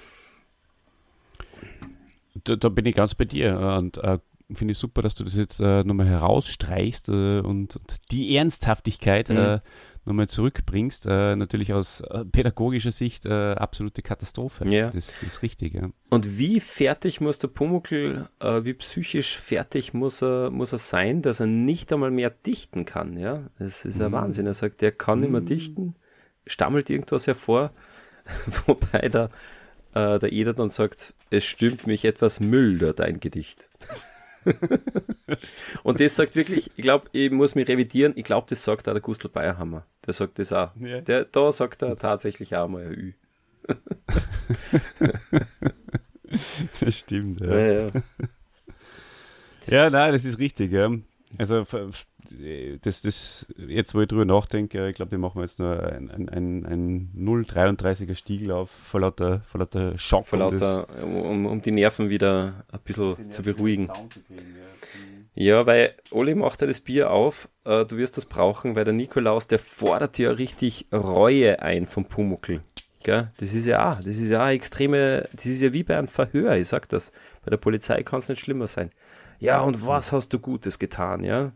Da, da bin ich ganz bei dir und äh, finde ich super, dass du das jetzt äh, nochmal herausstreichst äh, und, und die Ernsthaftigkeit Mhm. äh, nochmal zurückbringst. Äh, natürlich aus äh, pädagogischer Sicht äh, absolute Katastrophe. Ja. Das ist richtig, ja. Und wie fertig muss der Pumuckl, äh, wie psychisch fertig muss er, muss er sein, dass er nicht einmal mehr dichten kann, ja? Das ist ein Mhm. Wahnsinn. Er sagt, er kann nicht mehr dichten, stammelt irgendwas hervor, wobei der, äh, der Eder dann sagt, es stimmt mich etwas milder, dein Gedicht. Und das sagt wirklich, ich glaube, ich muss mich revidieren, ich glaube, das sagt auch der Gustl Bayerhammer. Der sagt das auch. Ja. Der, da sagt er tatsächlich auch mal ein Ü. Das stimmt, ja. Ja, ja. Ja, nein, das ist richtig, ja. Also f- f- das, das, jetzt wo ich drüber nachdenke, ich glaube, wir machen jetzt nur ein, ein, ein, ein null Komma dreiunddreißiger Stiegel auf, vor lauter, vor lauter Schock. Vor lauter, um, um die Nerven wieder ein bisschen zu beruhigen. Ja, weil Oli macht ja das Bier auf, äh, du wirst das brauchen, weil der Nikolaus, der fordert ja richtig Reue ein vom Pumuckl. Gell? Das ist ja auch, das ist ja auch extreme, das ist ja wie bei einem Verhör, ich sag das. Bei der Polizei kann es nicht schlimmer sein. Ja, und was hast du Gutes getan, ja?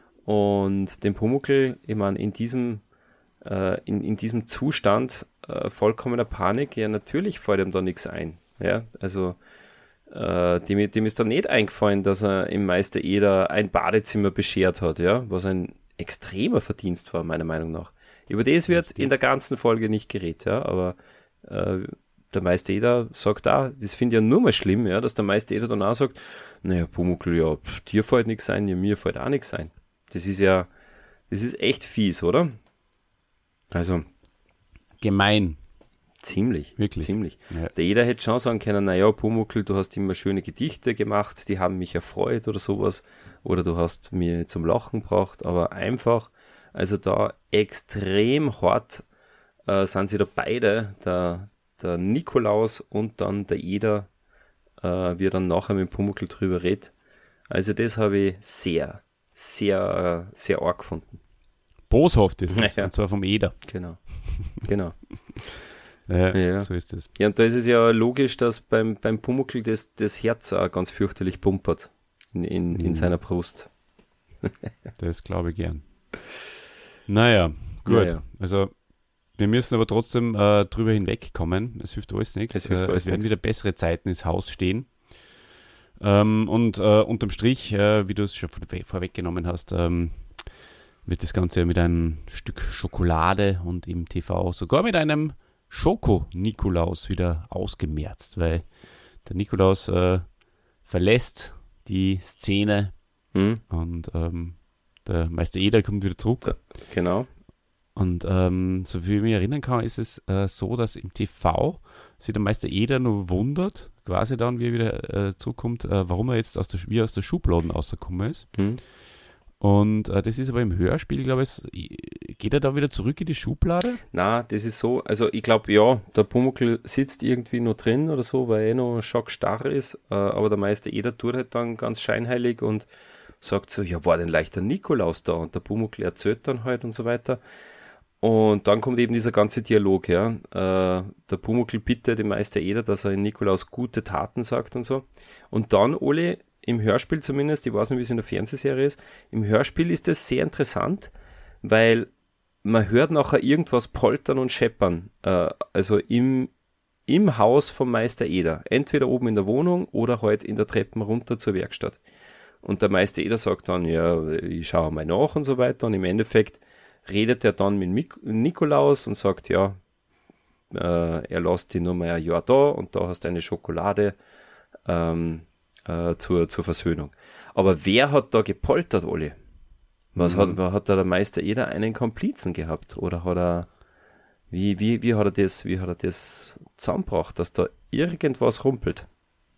Und den Pumuckl, ich meine, in diesem, äh, in, in diesem Zustand äh, vollkommener Panik, ja, natürlich fällt ihm da nichts ein. Ja, also äh, dem, dem ist da nicht eingefallen, dass er im Meister Eder ein Badezimmer beschert hat, ja, was ein extremer Verdienst war, meiner Meinung nach. Über das wird in der ganzen Folge nicht geredet, ja, aber äh, der Meister Eder sagt auch, das finde ich ja nur mal schlimm, ja, dass der Meister Eder dann auch sagt, naja, Pumuckl, ja, pff, dir fällt nichts ein, ja, mir fällt auch nichts ein. Das ist ja, das ist echt fies, oder? Also. Gemein. Ziemlich. Wirklich. Ziemlich. Ja. Der Eder hätte schon sagen können, naja, Pumuckl, du hast immer schöne Gedichte gemacht, die haben mich erfreut oder sowas. Oder du hast mir zum Lachen gebracht, aber einfach, also da extrem hart äh, sind sie da beide, der, der Nikolaus und dann der Eder, äh, wie er dann nachher mit Pumuckl drüber redet. Also das habe ich sehr, sehr, sehr arg gefunden. Boshaft ist das, Ja. und zwar vom Eder. Genau, genau. Ja, Ja. so ist es. Ja, und da ist es ja logisch, dass beim, beim Pumuckl das, das Herz auch ganz fürchterlich pumpert in, in, in Mhm. seiner Brust. Das glaube ich gern. Naja, gut. Naja. Also, wir müssen aber trotzdem äh, drüber hinwegkommen. Es hilft alles nichts. Es hilft äh, alles es werden nichts. wieder bessere Zeiten ins Haus stehen. Ähm, und äh, unterm Strich, äh, wie du es schon vor, vorweggenommen hast, ähm, wird das Ganze mit einem Stück Schokolade und im T V sogar mit einem Schoko-Nikolaus wieder ausgemerzt, weil der Nikolaus äh, verlässt die Szene Hm? und ähm, der Meister Eder kommt wieder zurück. Genau. Und ähm, so viel ich mich erinnern kann, ist es äh, so, dass im T V sich der Meister Eder nur wundert, quasi dann, wie er wieder äh, zurückkommt, äh, warum er jetzt aus der, wie er aus der Schublade rausgekommen ist. Hm? Und äh, das ist aber im Hörspiel, glaube ich, geht er da wieder zurück in die Schublade? Na, das ist so, also ich glaube, ja, der Pumuckl sitzt irgendwie noch drin oder so, weil er noch schockstarr ist, äh, aber der Meister Eder tut halt dann ganz scheinheilig und sagt so, ja, war denn leicht der Nikolaus da? Und der Pumuckl erzählt dann halt und so weiter. Und dann kommt eben dieser ganze Dialog, ja. Äh, der Pumuckl bittet den Meister Eder, dass er in Nikolaus gute Taten sagt und so. Und dann, Oli, im Hörspiel zumindest, ich weiß nicht, wie es in der Fernsehserie ist, im Hörspiel ist das sehr interessant, weil man hört nachher irgendwas poltern und scheppern, äh, also im, im Haus vom Meister Eder. Entweder oben in der Wohnung oder halt in der Treppen runter zur Werkstatt. Und der Meister Eder sagt dann, ja, ich schaue mal nach und so weiter. Und im Endeffekt redet er dann mit Mik- Nikolaus und sagt, ja, äh, er lässt die nur mal ein Jahr da und da hast du eine Schokolade ähm, äh, zur, zur Versöhnung. Aber wer hat da gepoltert, Oli? Was Mhm. hat, hat da der Meister Eder einen Komplizen gehabt? Oder hat er, wie, wie, wie hat er das, wie hat er das zusammengebracht, dass da irgendwas rumpelt?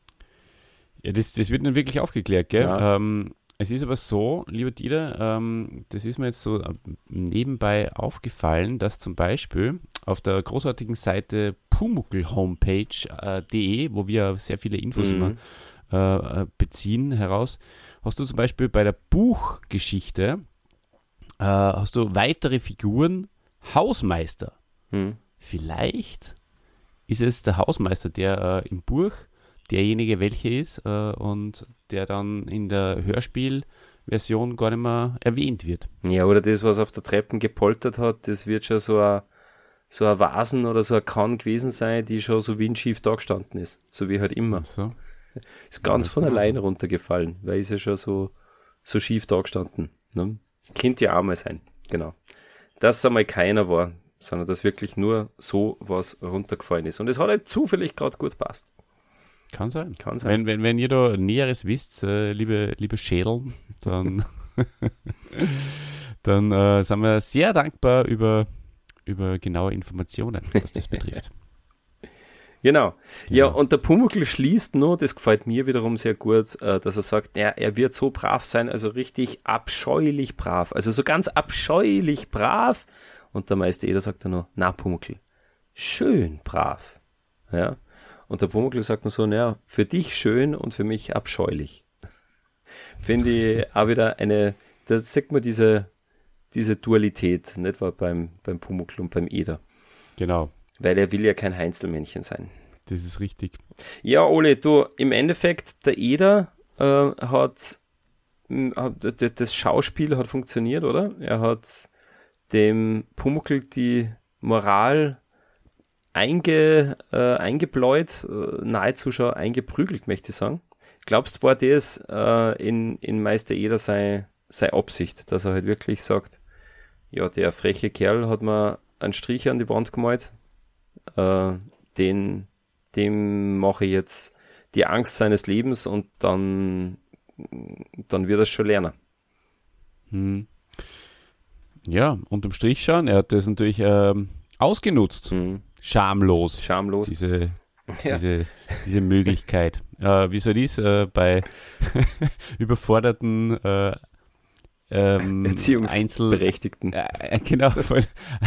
Ja, das, das wird nicht wirklich aufgeklärt, gell? Ja. Ähm, es ist aber so, lieber Dieter, ähm, das ist mir jetzt so äh, nebenbei aufgefallen, dass zum Beispiel auf der großartigen Seite pumuckl-homepage punkt de, wo wir sehr viele Infos Mhm. immer äh, beziehen heraus, hast du zum Beispiel bei der Buchgeschichte äh, hast du weitere Figuren Hausmeister. Hm. Vielleicht ist es der Hausmeister, der äh, im Buch derjenige welche ist äh, und der dann in der Hörspielversion gar nicht mehr erwähnt wird. Ja, oder das, was auf der Treppe gepoltert hat, das wird schon so ein, so ein Vasen oder so ein Kahn gewesen sein, die schon so windschief da gestanden ist. So wie halt immer. So. Ist ganz das von kann man allein runtergefallen, weil ist ja schon so, so schief da gestanden. Ne? Könnte ja auch mal sein, genau. Dass es einmal keiner war, sondern dass wirklich nur so was runtergefallen ist. Und es hat halt zufällig gerade gut passt. Kann sein. Kann sein. Wenn, wenn, wenn ihr da Näheres wisst, äh, liebe, liebe Schädel, dann, dann äh, sind wir sehr dankbar über, über genaue Informationen, was das betrifft. Genau. Ja, Genau. und der Pumuckl schließt nur, das gefällt mir wiederum sehr gut, äh, dass er sagt, ja, er wird so brav sein, also richtig abscheulich brav. Also so ganz abscheulich brav. Und der Meister Eder sagt dann nur, na Pumuckl, schön brav. Ja. Und der Pumuckl sagt nur so, naja, für dich schön und für mich abscheulich. Finde ich auch wieder eine, da sieht man diese, diese Dualität, nicht wahr, beim, beim Pumuckl und beim Eder. Genau, Weil er will ja kein Heinzelmännchen sein. das ist richtig. Ja, Ole, du, im Endeffekt, der Eder äh, hat, m, hat das, das Schauspiel hat funktioniert, oder? Er hat dem Pumuckl die Moral einge, äh, eingebläut, äh, nahezu schon eingeprügelt, möchte ich sagen. Glaubst du, war das äh, in, in Meister Eder seine sei Absicht, dass er halt wirklich sagt, ja, der freche Kerl hat mir einen Strich an die Wand gemalt, äh, den, dem mache ich jetzt die Angst seines Lebens und dann, dann wird er es schon lernen. Hm. Ja, unterm Strich schauen, er hat das natürlich ähm, ausgenutzt. Mhm. Schamlos. Schamlos. Diese, Ja. diese, diese Möglichkeit. Äh, wie soll dies äh, bei überforderten äh, ähm, Einzel, Erziehungsberechtigten. äh, genau, von,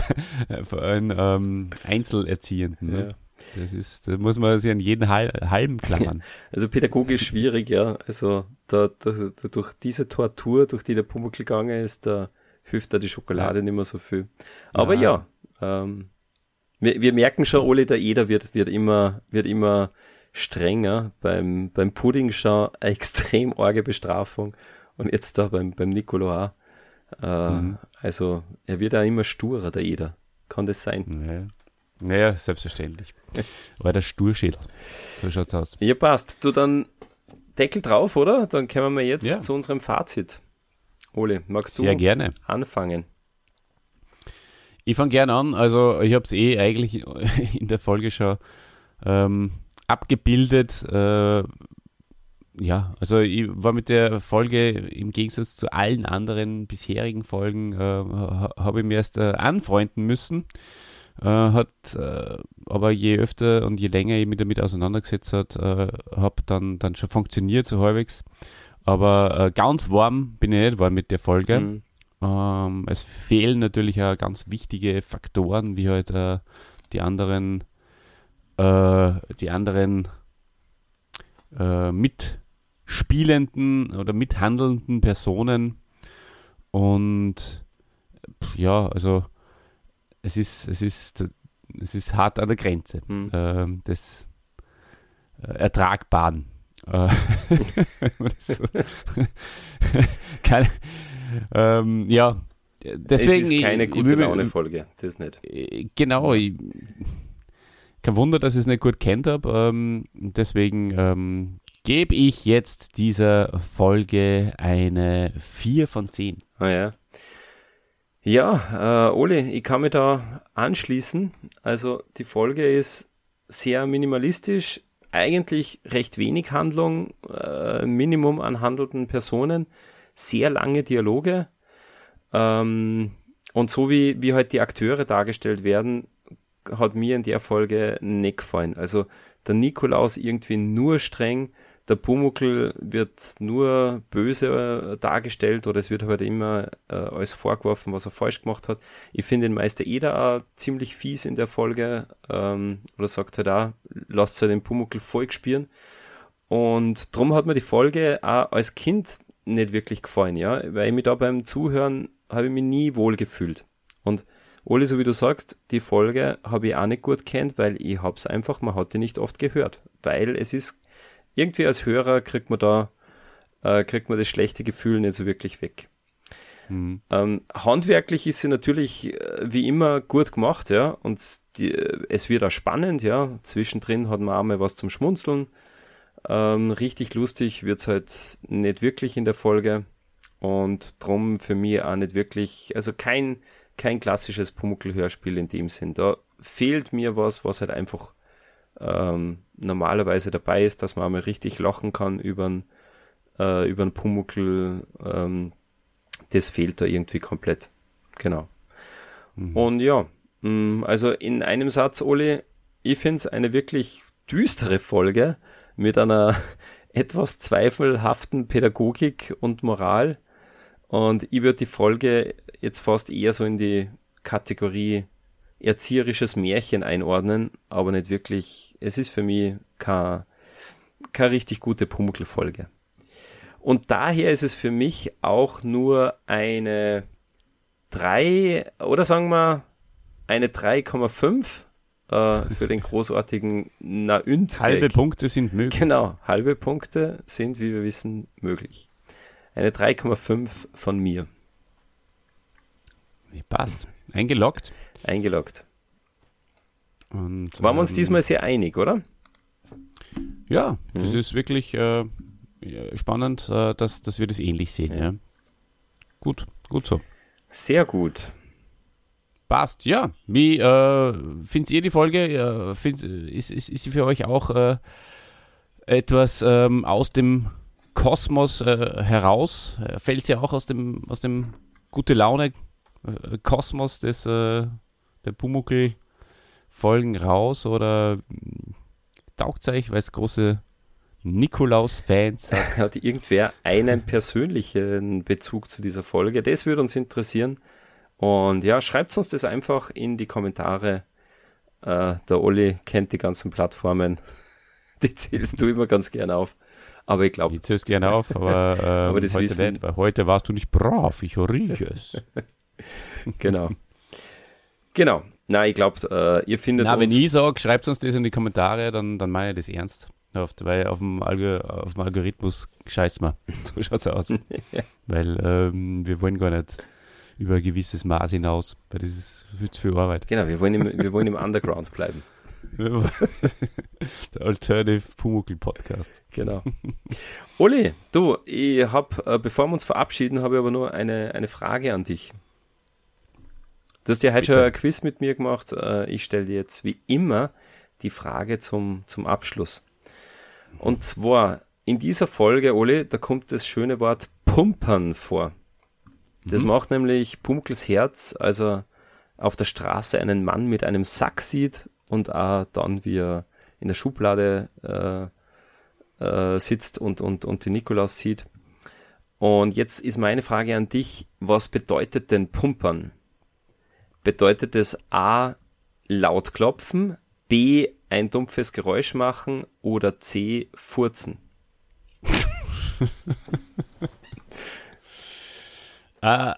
von ähm, Einzelerziehenden. Ne? Ja. Das ist, da muss man sich an jeden Hal halben klammern. Also pädagogisch schwierig, ja. Also da, da, da, durch diese Tortur, durch die der Pumuckl gegangen ist, da hilft da die Schokolade Ja. nicht mehr so viel. Aber Ja. ja, ähm, wir, wir merken schon, Ole, der Eder wird, wird immer, wird immer strenger. Beim, beim Pudding schon eine extrem arge Bestrafung. Und jetzt da beim, beim Nicolo auch. Äh, Mhm. Also er wird auch immer sturer, der Eder. Kann das sein? Naja, naja selbstverständlich. Aber der Sturschädel. So schaut's aus. Ja, passt. Du, dann Deckel drauf, oder? Dann kommen wir jetzt Ja. zu unserem Fazit. Ole, magst du Sehr gerne. anfangen? Ich fange gerne an. Also ich habe es eh eigentlich in der Folge schon ähm, abgebildet. Äh, ja, also ich war mit der Folge im Gegensatz zu allen anderen bisherigen Folgen, äh, ha- habe ich mir erst äh, anfreunden müssen. Äh, hat äh, aber je öfter und je länger ich mich damit auseinandergesetzt hat, äh, habe dann, dann schon funktioniert so halbwegs. Aber äh, ganz warm bin ich nicht geworden mit der Folge. Mhm. Ähm, es fehlen natürlich auch ganz wichtige Faktoren, wie halt äh, die anderen, äh, die anderen äh, mitspielenden oder mithandelnden Personen. Und pf, ja, also es ist, es ist, es ist hart an der Grenze Mhm. ähm, des äh, Ertragbaren. Äh, oder so. Kein, ähm, ja, deswegen. es ist keine ich- gute ich will- Laune-Folge, das nicht. äh, Genau, ich, kein Wunder, dass ich es nicht gut kennt habe. Ähm, deswegen ähm, gebe ich jetzt dieser Folge eine vier von zehn. Ah ja. Ja, äh, Ole, ich kann mich da anschließen. Also die Folge ist sehr minimalistisch, eigentlich recht wenig Handlung, äh, Minimum an handelnden Personen, sehr lange Dialoge. Ähm, und so wie, wie halt die Akteure dargestellt werden, hat mir in der Folge nicht gefallen. Also der Nikolaus irgendwie nur streng, der Pumuckl wird nur böse äh, dargestellt oder es wird halt immer äh, alles vorgeworfen, was er falsch gemacht hat. Ich finde den Meister Eder auch ziemlich fies in der Folge ähm, oder sagt halt auch, lasst halt den Pumuckl voll spielen. Und drum hat mir die Folge auch als Kind nicht wirklich gefallen, ja, weil ich mich da beim Zuhören habe ich mich nie wohl gefühlt. Und Oli, so wie du sagst, die Folge habe ich auch nicht gut kennt, weil ich habe es einfach, man hat die nicht oft gehört, weil es ist irgendwie als Hörer kriegt man da äh, kriegt man das schlechte Gefühl nicht so wirklich weg. Mhm. Ähm, handwerklich ist sie natürlich äh, wie immer gut gemacht, ja, und die, äh, es wird auch spannend, ja, zwischendrin hat man auch mal was zum Schmunzeln. Ähm, richtig lustig wird es halt nicht wirklich in der Folge und drum für mich auch nicht wirklich, also kein, kein klassisches Pumuckl-Hörspiel in dem Sinn. Da fehlt mir was, was halt einfach ähm, normalerweise dabei ist, dass man einmal richtig lachen kann über äh, über einen Pumuckl. Ähm, das fehlt da irgendwie komplett. Genau. Mhm. Und ja, mh, also in einem Satz, Oli, ich finde es eine wirklich düstere Folge mit einer etwas zweifelhaften Pädagogik und Moral. Und ich würde die Folge jetzt fast eher so in die Kategorie erzieherisches Märchen einordnen, aber nicht wirklich, es ist für mich keine, keine richtig gute Pumuckl-Folge. Und daher ist es für mich auch nur eine drei oder sagen wir eine drei Komma fünf äh, für den großartigen Na-Ünd-Gag. Halbe Punkte sind möglich. Genau, halbe Punkte sind, wie wir wissen, möglich. Eine drei Komma fünf von mir. Passt. Eingeloggt. Eingeloggt. Und, Waren wir uns ähm, diesmal sehr einig, oder? Ja, das Mhm. ist wirklich äh, ja, spannend, äh, dass, dass wir das ähnlich sehen. Ja. Ja. Gut, gut so. Sehr gut. Passt, ja. Wie äh, findet ihr die Folge? Äh, find, ist, ist, ist sie für euch auch äh, etwas ähm, aus dem Kosmos äh, heraus? Äh, fällt sie auch aus dem, aus dem gute Laune äh, Kosmos des äh, der Pumuckl-Folgen raus? Oder mh, taugt es euch, weil es große Nikolaus-Fans hat? Hat irgendwer einen persönlichen Bezug zu dieser Folge? Das würde uns interessieren. Und ja, schreibt uns das einfach in die Kommentare. Äh, der Olli kennt die ganzen Plattformen. Die zählst du immer ganz gern auf. Aber ich glaube, Ich zähle es gerne auf, aber, ähm, Aber das heute wissen- nicht, weil heute warst du nicht brav, ich rieche es. genau. Genau. Nein, ich glaube, äh, ihr findet Na, wenn uns... ich sage, schreibt uns das in die Kommentare, dann, dann meine ich das ernst. Oft, weil auf dem, Algo, auf dem Algorithmus scheißen wir. So schaut es aus. Weil ähm, wir wollen gar nicht über ein gewisses Maß hinaus, weil das ist viel zu viel Arbeit. Genau, wir wollen, im, wir wollen im Underground bleiben. Der Alternative Pumuckl Podcast. Genau. Olli, du, ich habe, äh, bevor wir uns verabschieden, habe ich aber nur eine, eine Frage an dich. Du hast ja heute Bitte. schon ein Quiz mit mir gemacht. Äh, ich stelle dir jetzt wie immer die Frage zum, zum Abschluss. Und zwar, in dieser Folge, Olli, da kommt das schöne Wort pumpern vor. Das Mhm. macht nämlich Pumuckls Herz, als er auf der Straße einen Mann mit einem Sack sieht und auch dann, wie er in der Schublade äh, äh, sitzt und, und, und den Nikolaus sieht. Und jetzt ist meine Frage an dich, was bedeutet denn pumpern? Bedeutet es A, laut klopfen, B, ein dumpfes Geräusch machen oder C, furzen? Ah,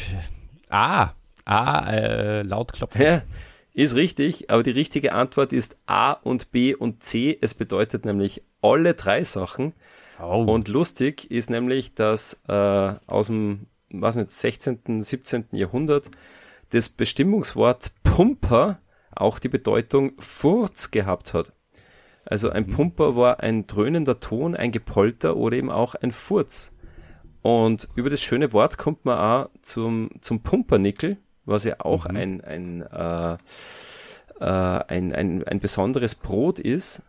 ah, ah äh, laut klopfen. Ja, ist richtig, aber die richtige Antwort ist A und B und C. Es bedeutet nämlich alle drei Sachen. Oh. Und lustig ist nämlich, dass äh, aus dem was nicht, sechzehnten, siebzehnten Jahrhundert das Bestimmungswort Pumper auch die Bedeutung Furz gehabt hat. Also ein Pumper war ein dröhnender Ton, ein Gepolter oder eben auch ein Furz. Und über das schöne Wort kommt man auch zum, zum Pumpernickel, was ja auch Mhm. ein, ein, äh, äh, ein, ein, ein besonderes Brot ist.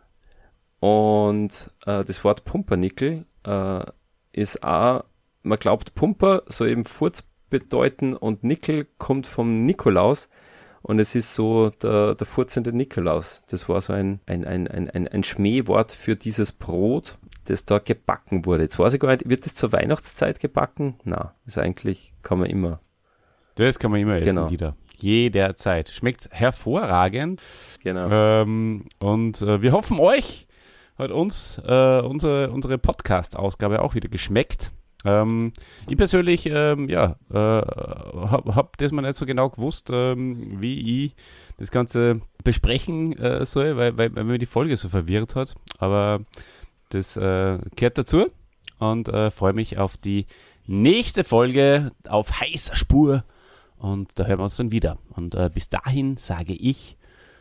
Und äh, das Wort Pumpernickel äh, ist auch, man glaubt, Pumper soll eben Furz bedeuten und Nickel kommt vom Nikolaus. Und es ist so der, der furzende Nikolaus. Das war so ein, ein, ein, ein, ein, ein Schmähwort für dieses Brot, das da gebacken wurde. Jetzt weiß ich gar nicht, wird das zur Weihnachtszeit gebacken? Na, ist eigentlich, kann man immer. Das kann man immer essen, Genau. wieder. Jederzeit. Schmeckt hervorragend. Genau. Ähm, und äh, wir hoffen, euch hat uns äh, unsere, unsere Podcast-Ausgabe auch wieder geschmeckt. Ähm, ich persönlich, ähm, ja, äh, habe hab das mal nicht so genau gewusst, ähm, wie ich das Ganze besprechen äh, soll, weil, weil, weil mir die Folge so verwirrt hat. Aber das äh, gehört dazu und äh, freue mich auf die nächste Folge auf heißer Spur. Und da hören wir uns dann wieder. Und äh, bis dahin sage ich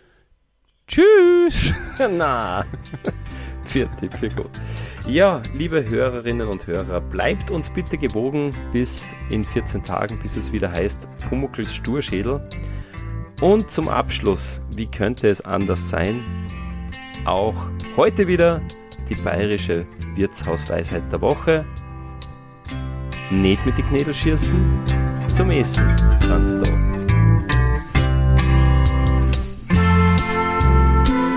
Tschüss. Na, vierte, vier gut. Ja, liebe Hörerinnen und Hörer, bleibt uns bitte gewogen bis in vierzehn Tagen, bis es wieder heißt Pumuckls Sturschädel. Und zum Abschluss, wie könnte es anders sein? Auch heute wieder die bayerische Wirtshausweisheit der Woche. Nicht mit die Knädel schießen, zum Essen sind's da.